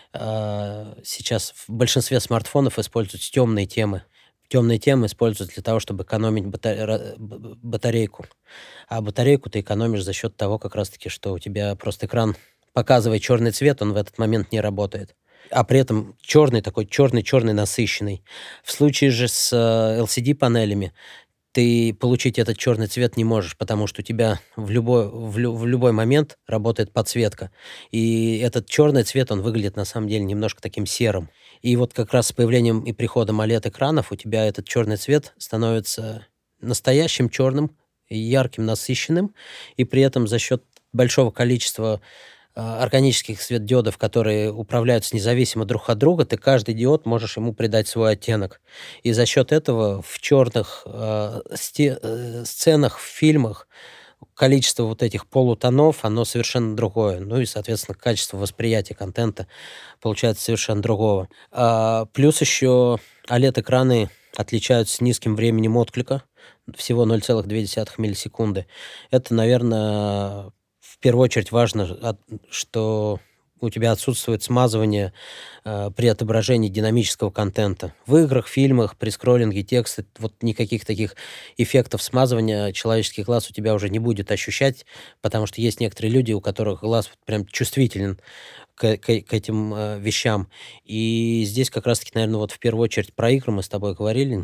сейчас в большинстве смартфонов используются темные темы. Темные темы используются для того, чтобы экономить батарейку. А батарейку ты экономишь за счет того, как раз-таки, что у тебя просто экран показывает черный цвет, он в этот момент не работает. А при этом черный, такой черный-черный насыщенный. В случае же с LCD-панелями ты получить этот черный цвет не можешь, потому что у тебя в любой момент работает подсветка. И этот черный цвет, он выглядит на самом деле немножко таким серым. И вот как раз с появлением и приходом OLED-экранов у тебя этот черный цвет становится настоящим черным, ярким, насыщенным, и при этом за счет большого количества органических светодиодов, которые управляются независимо друг от друга, ты каждый диод можешь ему придать свой оттенок. И за счет этого в черных сценах, в фильмах количество вот этих полутонов, оно совершенно другое. Ну и, соответственно, качество восприятия контента получается совершенно другого. Плюс еще OLED-экраны отличаются низким временем отклика, всего 0,2 миллисекунды. Это, наверное, в первую очередь важно, что у тебя отсутствует смазывание при отображении динамического контента. В играх, фильмах, при скроллинге текста вот никаких таких эффектов смазывания человеческий глаз у тебя уже не будет ощущать, потому что есть некоторые люди, у которых глаз вот прям чувствителен к этим вещам. И здесь как раз-таки, наверное, вот в первую очередь про игры мы с тобой говорили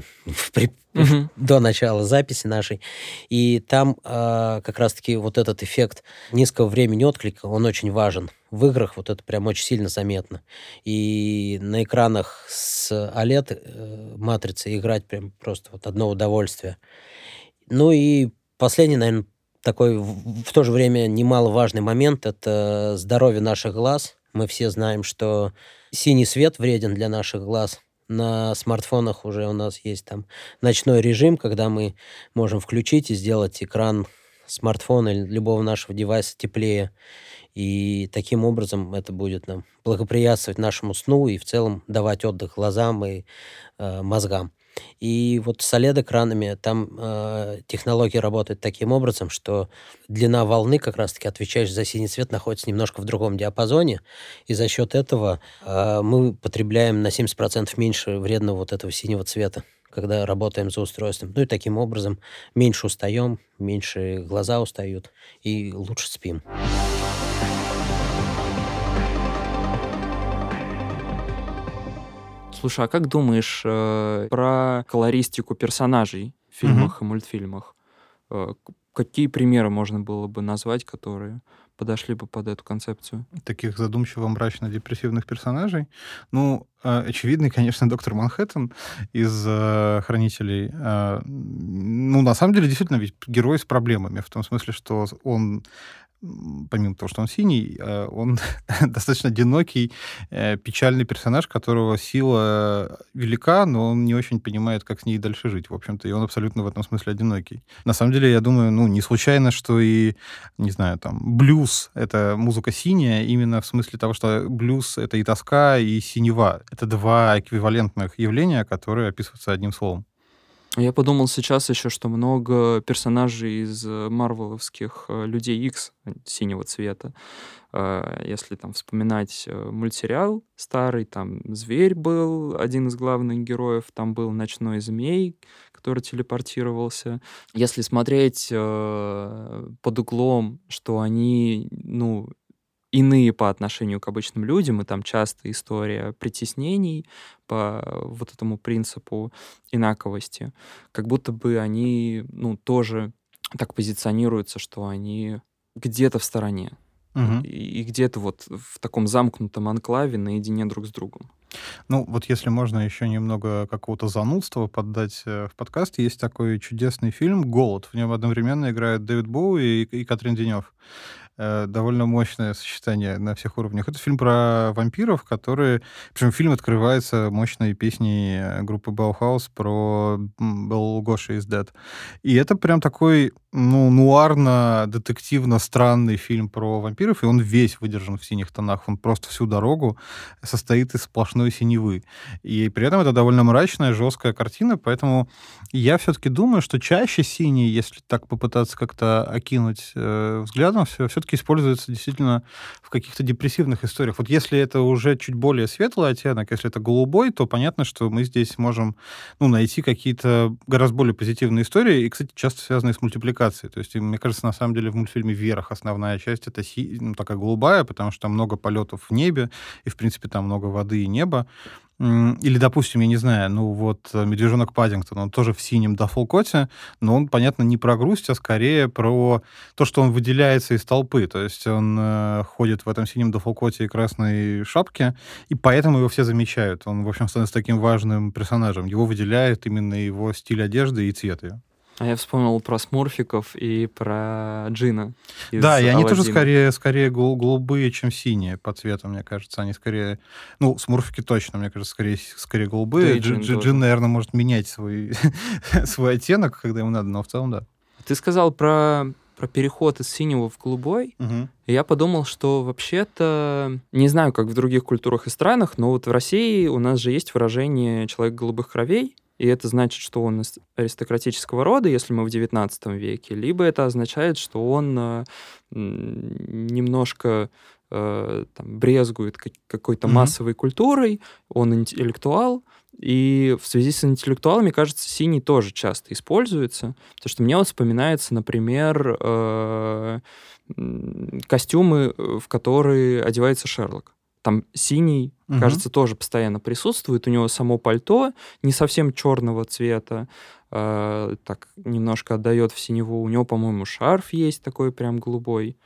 до начала записи нашей. И там как раз-таки вот этот эффект низкого времени отклика, он очень важен. В играх вот это прям очень сильно заметно. И на экранах с OLED-матрицей играть прям просто вот одно удовольствие. Ну и последний, наверное, такой в то же время немаловажный момент — это здоровье наших глаз. Мы все знаем, что синий свет вреден для наших глаз. На смартфонах уже у нас есть там ночной режим, когда мы можем включить и сделать экран смартфона или любого нашего девайса теплее. И таким образом это будет нам благоприятствовать нашему сну и в целом давать отдых глазам и мозгам. И вот с OLED-экранами там технология работает таким образом, что длина волны, как раз-таки отвечающая за синий цвет, находится немножко в другом диапазоне, и за счет этого мы потребляем на 70% меньше вредного вот этого синего цвета, когда работаем за устройством. Ну и таким образом меньше устаем, меньше глаза устают и лучше спим. Слушай, а как думаешь про колористику персонажей в фильмах и мультфильмах? Какие примеры можно было бы назвать, которые подошли бы под эту концепцию? Таких задумчиво-мрачно-депрессивных персонажей. Ну, очевидный, конечно, доктор Манхэттен из «Хранителей». Ну, на самом деле, действительно, ведь герой с проблемами. В том смысле, что он, помимо того, что он синий, он достаточно одинокий, печальный персонаж, которого сила велика, но он не очень понимает, как с ней дальше жить, в общем-то, и он абсолютно в этом смысле одинокий. На самом деле, я думаю, ну, не случайно, что и, не знаю, там, блюз — это музыка синяя, именно в смысле того, что блюз — это и тоска, и синева. Это два эквивалентных явления, которые описываются одним словом. Я подумал сейчас еще, что много персонажей из марвеловских Людей Икс синего цвета. Если там вспоминать мультсериал старый, там Зверь был один из главных героев, там был Ночной Змей, который телепортировался. Если смотреть под углом, что они, ну, иные по отношению к обычным людям, и там часто история притеснений по вот этому принципу инаковости, как будто бы они, ну, тоже так позиционируются, что они где-то в стороне, и где-то вот в таком замкнутом анклаве наедине друг с другом. Ну, вот если можно еще немного какого-то занудства поддать в подкаст, есть такой чудесный фильм «Голод». В нем одновременно играют Дэвид Боуи и Катрин Денев. Довольно мощное сочетание на всех уровнях. Это фильм про вампиров, которые... Причем фильм открывается мощной песней группы Bauhaus про Bela Lugosi is Dead. И это прям такой, ну, нуарно-детективно странный фильм про вампиров, и он весь выдержан в синих тонах. Он просто всю дорогу состоит из сплошной синевы. И при этом это довольно мрачная, жесткая картина, поэтому я все-таки думаю, что чаще синий, если так попытаться как-то окинуть взглядом, все-таки используется действительно в каких-то депрессивных историях. Вот если это уже чуть более светлый оттенок, если это голубой, то понятно, что мы здесь можем, ну, найти какие-то гораздо более позитивные истории, и, кстати, часто связанные с мультипликацией. То есть, мне кажется, на самом деле в мультфильме «Вверх» основная часть — это такая голубая, потому что там много полетов в небе, и, в принципе, там много воды и неба. Или, допустим, я не знаю, ну вот «Медвежонок Паддингтон», он тоже в синем даффлкоте, но он, понятно, не про грусть, а скорее про то, что он выделяется из толпы. То есть он ходит в этом синем даффлкоте и красной шапке, и поэтому его все замечают. Он, в общем, становится таким важным персонажем. Его выделяет именно его стиль одежды и цвет ее. А я вспомнил про смурфиков и про Джина из Да, и они Аладдина. тоже скорее голубые, чем синие по цвету, мне кажется. Они скорее... Ну, смурфики точно, мне кажется, скорее голубые. Да, и Джин тоже. Джин, наверное, может менять свой оттенок, когда ему надо, но в целом, да. Ты сказал про переход из синего в голубой, и я подумал, что вообще-то, не знаю, как в других культурах и странах, но вот в России у нас же есть выражение «человек голубых кровей», и это значит, что он из аристократического рода, если мы в XIX веке, либо это означает, что он немножко там, брезгует какой-то массовой культурой, он интеллектуал, и в связи с интеллектуалами, кажется, синий тоже часто используется, потому что мне вот вспоминается, например, костюмы, в которые одевается Шерлок. Там синий, кажется, тоже постоянно присутствует. У него само пальто не совсем черного цвета, так немножко отдает в синеву. У него, по-моему, шарф есть такой прям голубой.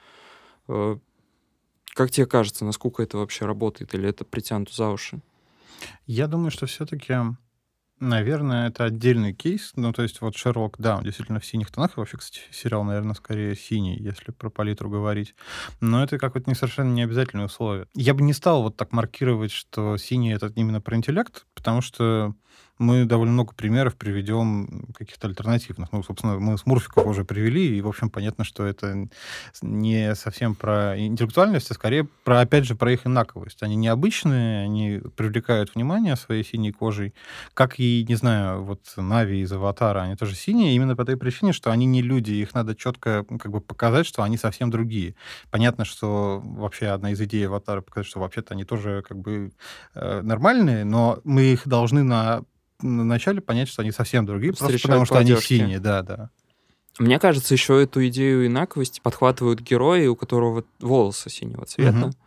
Как тебе кажется, насколько это вообще работает, или это притянуто за уши? Я думаю, что все-таки, наверное, это отдельный кейс. Ну, то есть вот «Шерлок», да, он действительно в синих тонах. И вообще, кстати, сериал, наверное, скорее синий, если про палитру говорить. Но это какое-то совершенно не обязательное условие. Я бы не стал вот так маркировать, что синий — это именно про интеллект, потому что мы довольно много примеров приведем каких-то альтернативных. Ну, собственно, мы смурфиков уже привели, и, в общем, понятно, что это не совсем про интеллектуальность, а скорее, опять же, про их инаковость. Они необычные, они привлекают внимание своей синей кожей, как и, не знаю, вот Нави из «Аватара», они тоже синие, именно по той причине, что они не люди, их надо четко как бы показать, что они совсем другие. Понятно, что вообще одна из идей «Аватара» показать, что вообще-то они тоже как бы нормальные, но мы их должны вначале понять, что они совсем другие, просто потому что они синие, да. Мне кажется, еще эту идею инаковости подхватывают герои, у которого волосы синего цвета.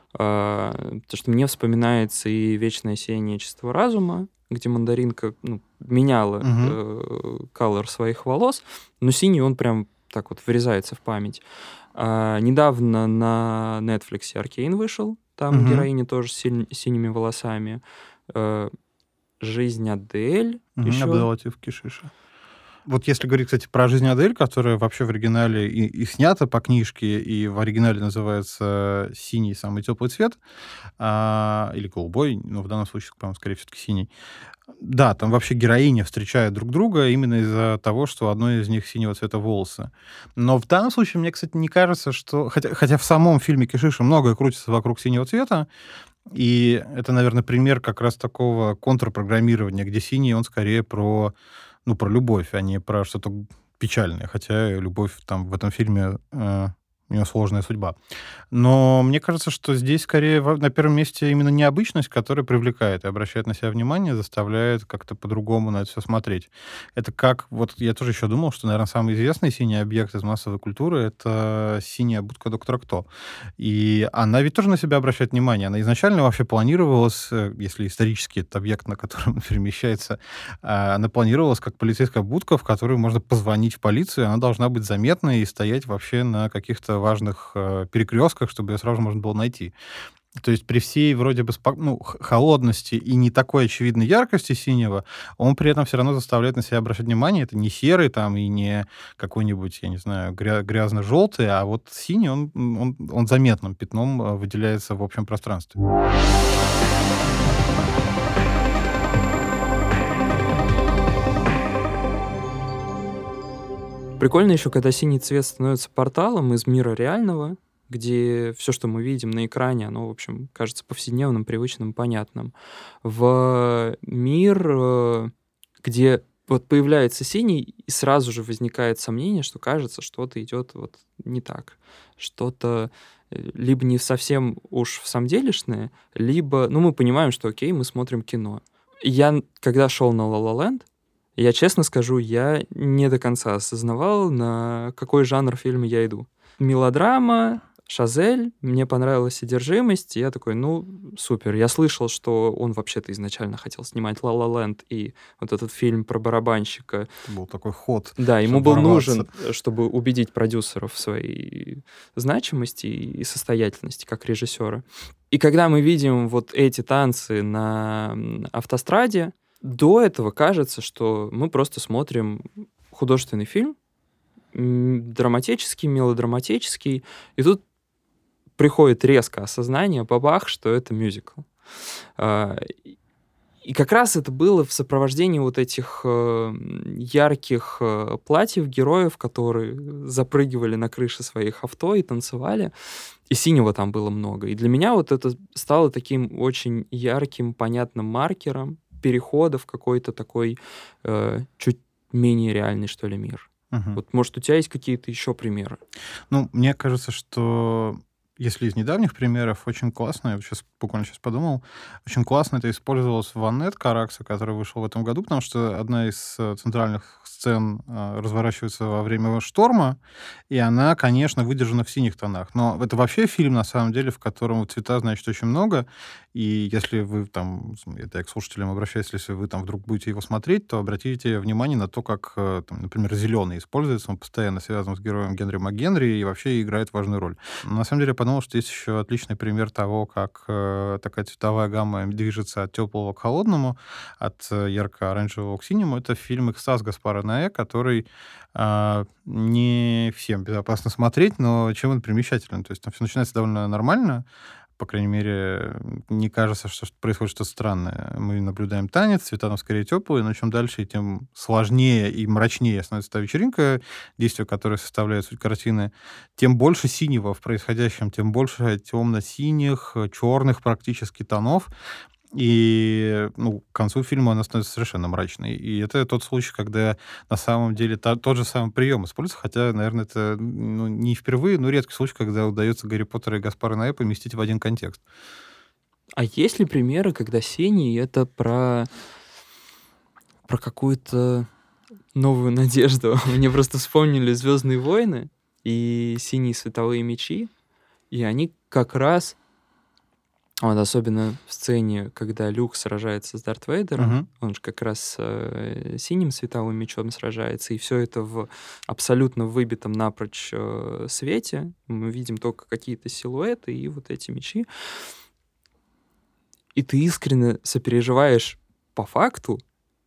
То, что мне вспоминается и «Вечное сияние чистого разума», где мандаринка меняла колор своих волос, но синий он прям так вот врезается в память. Недавно на Netflix «Аркейн» вышел, там героиня тоже с синими волосами. «Жизнь Адель» еще. Абдул-Латиф Кишиша. Вот если говорить, кстати, про «Жизнь Адель», которая вообще в оригинале и снята по книжке, и в оригинале называется «Синий самый теплый цвет», или «Голубой», но в данном случае, по-моему, скорее все-таки «Синий». Да, там вообще героини встречают друг друга именно из-за того, что у одной из них синего цвета волосы. Но в данном случае, мне, кстати, не кажется, что... Хотя в самом фильме Кишиши многое крутится вокруг синего цвета, и это, наверное, пример как раз такого контрпрограммирования, где синий, он скорее про любовь, а не про что-то печальное. Хотя любовь там в этом фильме... у него сложная судьба. Но мне кажется, что здесь скорее на первом месте именно необычность, которая привлекает и обращает на себя внимание, заставляет как-то по-другому на это все смотреть. Это как... Вот я тоже еще думал, что, наверное, самый известный синий объект из массовой культуры — это синяя будка доктора Кто. И она ведь тоже на себя обращает внимание. Она изначально вообще планировалась, если исторически этот объект, на котором он перемещается, она планировалась как полицейская будка, в которую можно позвонить в полицию, она должна быть заметной и стоять вообще на каких-то важных перекрестках, чтобы ее сразу можно было найти. То есть при всей вроде бы холодности и не такой очевидной яркости синего, он при этом все равно заставляет на себя обращать внимание. Это не серый там и не какой-нибудь, я не знаю, грязно-желтый, а вот синий, он заметным пятном выделяется в общем пространстве. Прикольно еще, когда синий цвет становится порталом из мира реального, где все, что мы видим на экране, оно, в общем, кажется повседневным, привычным, понятным. В мир, где вот появляется синий, и сразу же возникает сомнение, что кажется, что-то идет вот не так. Что-то либо не совсем уж всамделишное, либо... мы понимаем, что окей, мы смотрим кино. Я, когда шел на «Ла Ла Ленд», я честно скажу, я не до конца осознавал, на какой жанр фильма я иду. Мелодрама, «Шазель», мне понравилась содержимость, и я такой, супер. Я слышал, что он вообще-то изначально хотел снимать «Ла Ла Ленд», и вот этот фильм про барабанщика. Это был такой ход. Да, ему был нужен, чтобы убедить продюсеров в своей значимости и состоятельности как режиссера. И когда мы видим вот эти танцы на автостраде, до этого кажется, что мы просто смотрим художественный фильм, драматический, мелодраматический, и тут приходит резко осознание, бабах, что это мюзикл. И как раз это было в сопровождении вот этих ярких платьев героев, которые запрыгивали на крыши своих авто и танцевали. И синего там было много. И для меня вот это стало таким очень ярким, понятным маркером перехода в какой-то такой чуть менее реальный, что ли, мир. Вот, может, у тебя есть какие-то еще примеры? Мне кажется, что если из недавних примеров, очень классно, я буквально сейчас подумал, очень классно это использовалось в «Аннет» Каракса, который вышел в этом году, потому что одна из центральных сцен разворачивается во время шторма, и она, конечно, выдержана в синих тонах. Но это вообще фильм, на самом деле, в котором цвета, значит, очень много, и если вы там, это я к слушателям обращаюсь, если вы там вдруг будете его смотреть, то обратите внимание на то, как, там, например, зеленый используется, он постоянно связан с героем Генри МакГенри и вообще играет важную роль. На самом деле, я подумал, что есть еще отличный пример того, как такая цветовая гамма движется от теплого к холодному, от ярко-оранжевого к синему. Это фильм «Экстаз» Гаспара Ноэ, который не всем безопасно смотреть, но чем он примечателен. То есть там все начинается довольно нормально, по крайней мере, не кажется, что происходит что-то странное. Мы наблюдаем танец, цвета там скорее теплые, но чем дальше, тем сложнее и мрачнее становится та вечеринка, действие которой составляет суть картины, тем больше синего в происходящем, тем больше темно-синих, черных практически тонов. И к концу фильма она становится совершенно мрачной. И это тот случай, когда на самом деле тот же самый прием используется, хотя, наверное, это не впервые, но редкий случай, когда удается Гарри Поттера и Гаспара Ноэ поместить в один контекст. А есть ли примеры, когда синий — это про какую-то новую надежду? Мне просто вспомнили «Звездные войны» и «Синие световые мечи», и они как раз Вот, особенно в сцене, когда Люк сражается с Дарт Вейдером, Мгм. он же как раз синим световым мечом сражается, и все это в абсолютно выбитом напрочь свете. Мы видим только какие-то силуэты и вот эти мечи. И ты искренне сопереживаешь по факту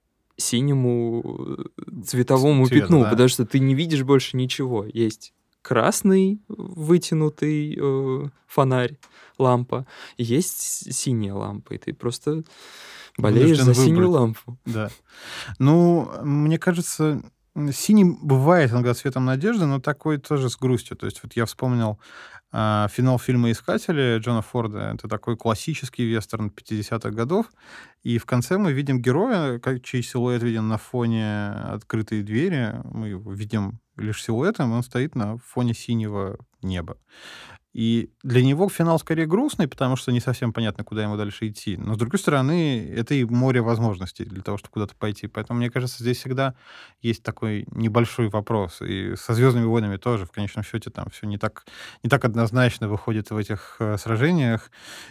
синему цветовому Цвету, пятну, да. потому что ты не видишь больше ничего. Есть красный вытянутый фонарь, лампа, и есть синяя лампа, и ты просто болеешь Вынужден за синюю выбрать. лампу. Да. Ну, мне кажется, синий бывает иногда цветом надежды, но такой тоже с грустью. То есть вот я вспомнил финал фильма «Искатели» Джона Форда. Это такой классический вестерн 50-х годов. И в конце мы видим героя, чей силуэт виден на фоне открытой двери. Мы его видим лишь силуэтом, и он стоит на фоне синего неба. И для него финал скорее грустный, потому что не совсем понятно, куда ему дальше идти. Но, с другой стороны, это и море возможностей для того, чтобы куда-то пойти. Поэтому, мне кажется, здесь всегда есть такой небольшой вопрос. И со «Звездными войнами» тоже, в конечном счете, там все не так однозначно выходит в этих сражениях.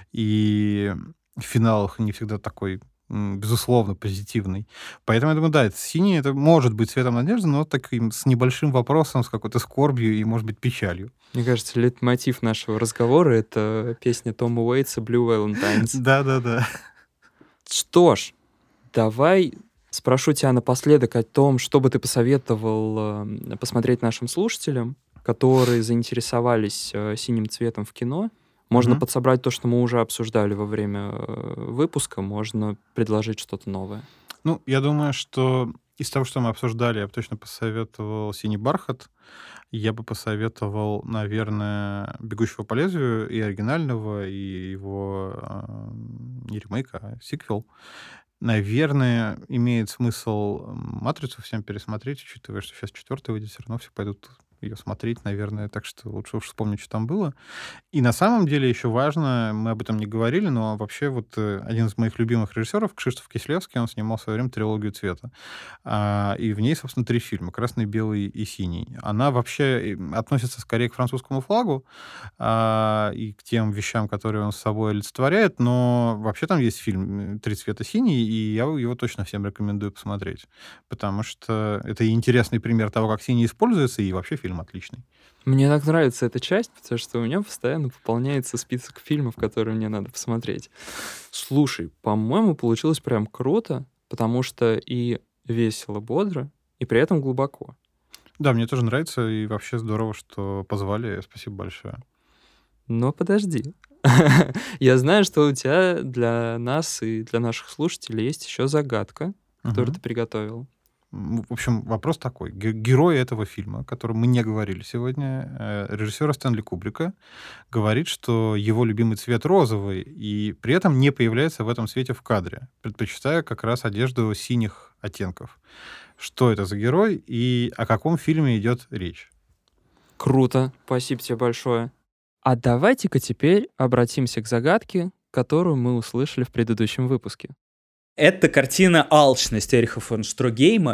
И финал не всегда такой, безусловно, позитивный. Поэтому я думаю, да, синий это может быть цветом надежды, но таким с небольшим вопросом, с какой-то скорбью и, может быть, печалью. Мне кажется, лейтмотив нашего разговора — это песня Тома Уэйтса «Blue Valentines». Да-да-да. Что ж, давай спрошу тебя напоследок о том, что бы ты посоветовал посмотреть нашим слушателям, которые заинтересовались синим цветом в кино. Можно подсобрать то, что мы уже обсуждали во время выпуска, можно предложить что-то новое. Ну, я думаю, что из того, что мы обсуждали, я бы точно посоветовал «Синий бархат». Я бы посоветовал, наверное, «Бегущего по лезвию», и оригинального, и его не ремейк, а сиквел. Наверное, имеет смысл «Матрицу» всем пересмотреть, учитывая, что сейчас 4-я выйдет, все равно все пойдут ее смотреть, наверное, так что лучше уж вспомнить, что там было. И на самом деле еще важно, мы об этом не говорили, но вообще вот один из моих любимых режиссеров, Кшиштоф Кислевский, он снимал в свое время «Трилогию цвета». И в ней, собственно, 3 фильма: «Красный, белый и синий». Она вообще относится скорее к французскому флагу и к тем вещам, которые он с собой олицетворяет, но вообще там есть фильм «Три цвета синий», и я его точно всем рекомендую посмотреть, потому что это интересный пример того, как синий используется, и вообще фильм отличный. Мне так нравится эта часть, потому что у меня постоянно пополняется список фильмов, которые мне надо посмотреть. Слушай, по-моему, получилось прям круто, потому что и весело, бодро, и при этом глубоко. Да, мне тоже нравится, и вообще здорово, что позвали. Спасибо большое. Но подожди. Я знаю, что у тебя для нас и для наших слушателей есть еще загадка, которую ты приготовил. В общем, вопрос такой. Герой этого фильма, о котором мы не говорили сегодня, режиссера Стэнли Кубрика, говорит, что его любимый цвет розовый, и при этом не появляется в этом цвете в кадре, предпочитая как раз одежду синих оттенков. Что это за герой и о каком фильме идет речь? Круто. Спасибо тебе большое. А давайте-ка теперь обратимся к загадке, которую мы услышали в предыдущем выпуске. Это картина «Алчность» Эриха фон Штрогейма.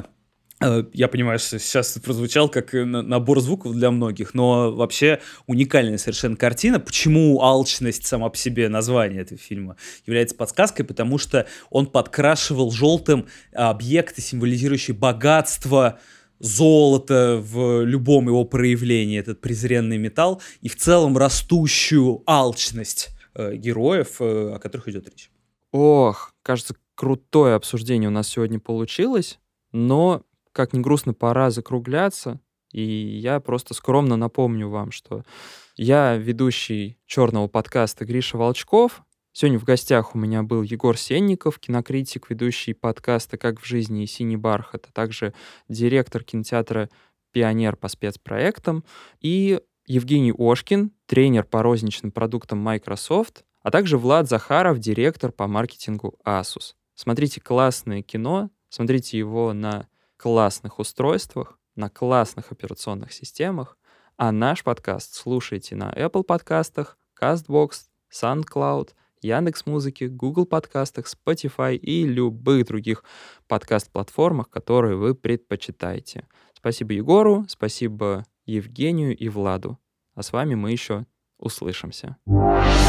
Я понимаю, что сейчас это прозвучал как набор звуков для многих, но вообще уникальная совершенно картина. Почему «Алчность» сама по себе название этого фильма является подсказкой? Потому что он подкрашивал желтым объекты, символизирующие богатство, золото в любом его проявлении, этот презренный металл, и в целом растущую алчность героев, о которых идет речь. Ох, кажется, крутое обсуждение у нас сегодня получилось, но, как ни грустно, пора закругляться, и я просто скромно напомню вам, что я ведущий черного подкаста Гриша Волчков. Сегодня в гостях у меня был Егор Сенников, кинокритик, ведущий подкаста «Как в жизни» и «Синий бархат», а также директор кинотеатра «Пионер» по спецпроектам, и Евгений Ошкин, тренер по розничным продуктам Microsoft, а также Влад Захаров, директор по маркетингу Asus. Смотрите классное кино, смотрите его на классных устройствах, на классных операционных системах, а наш подкаст слушайте на Apple подкастах, CastBox, SoundCloud, Яндекс.Музыке, Google подкастах, Spotify и любых других подкаст-платформах, которые вы предпочитаете. Спасибо Егору, спасибо Евгению и Владу. А с вами мы еще услышимся.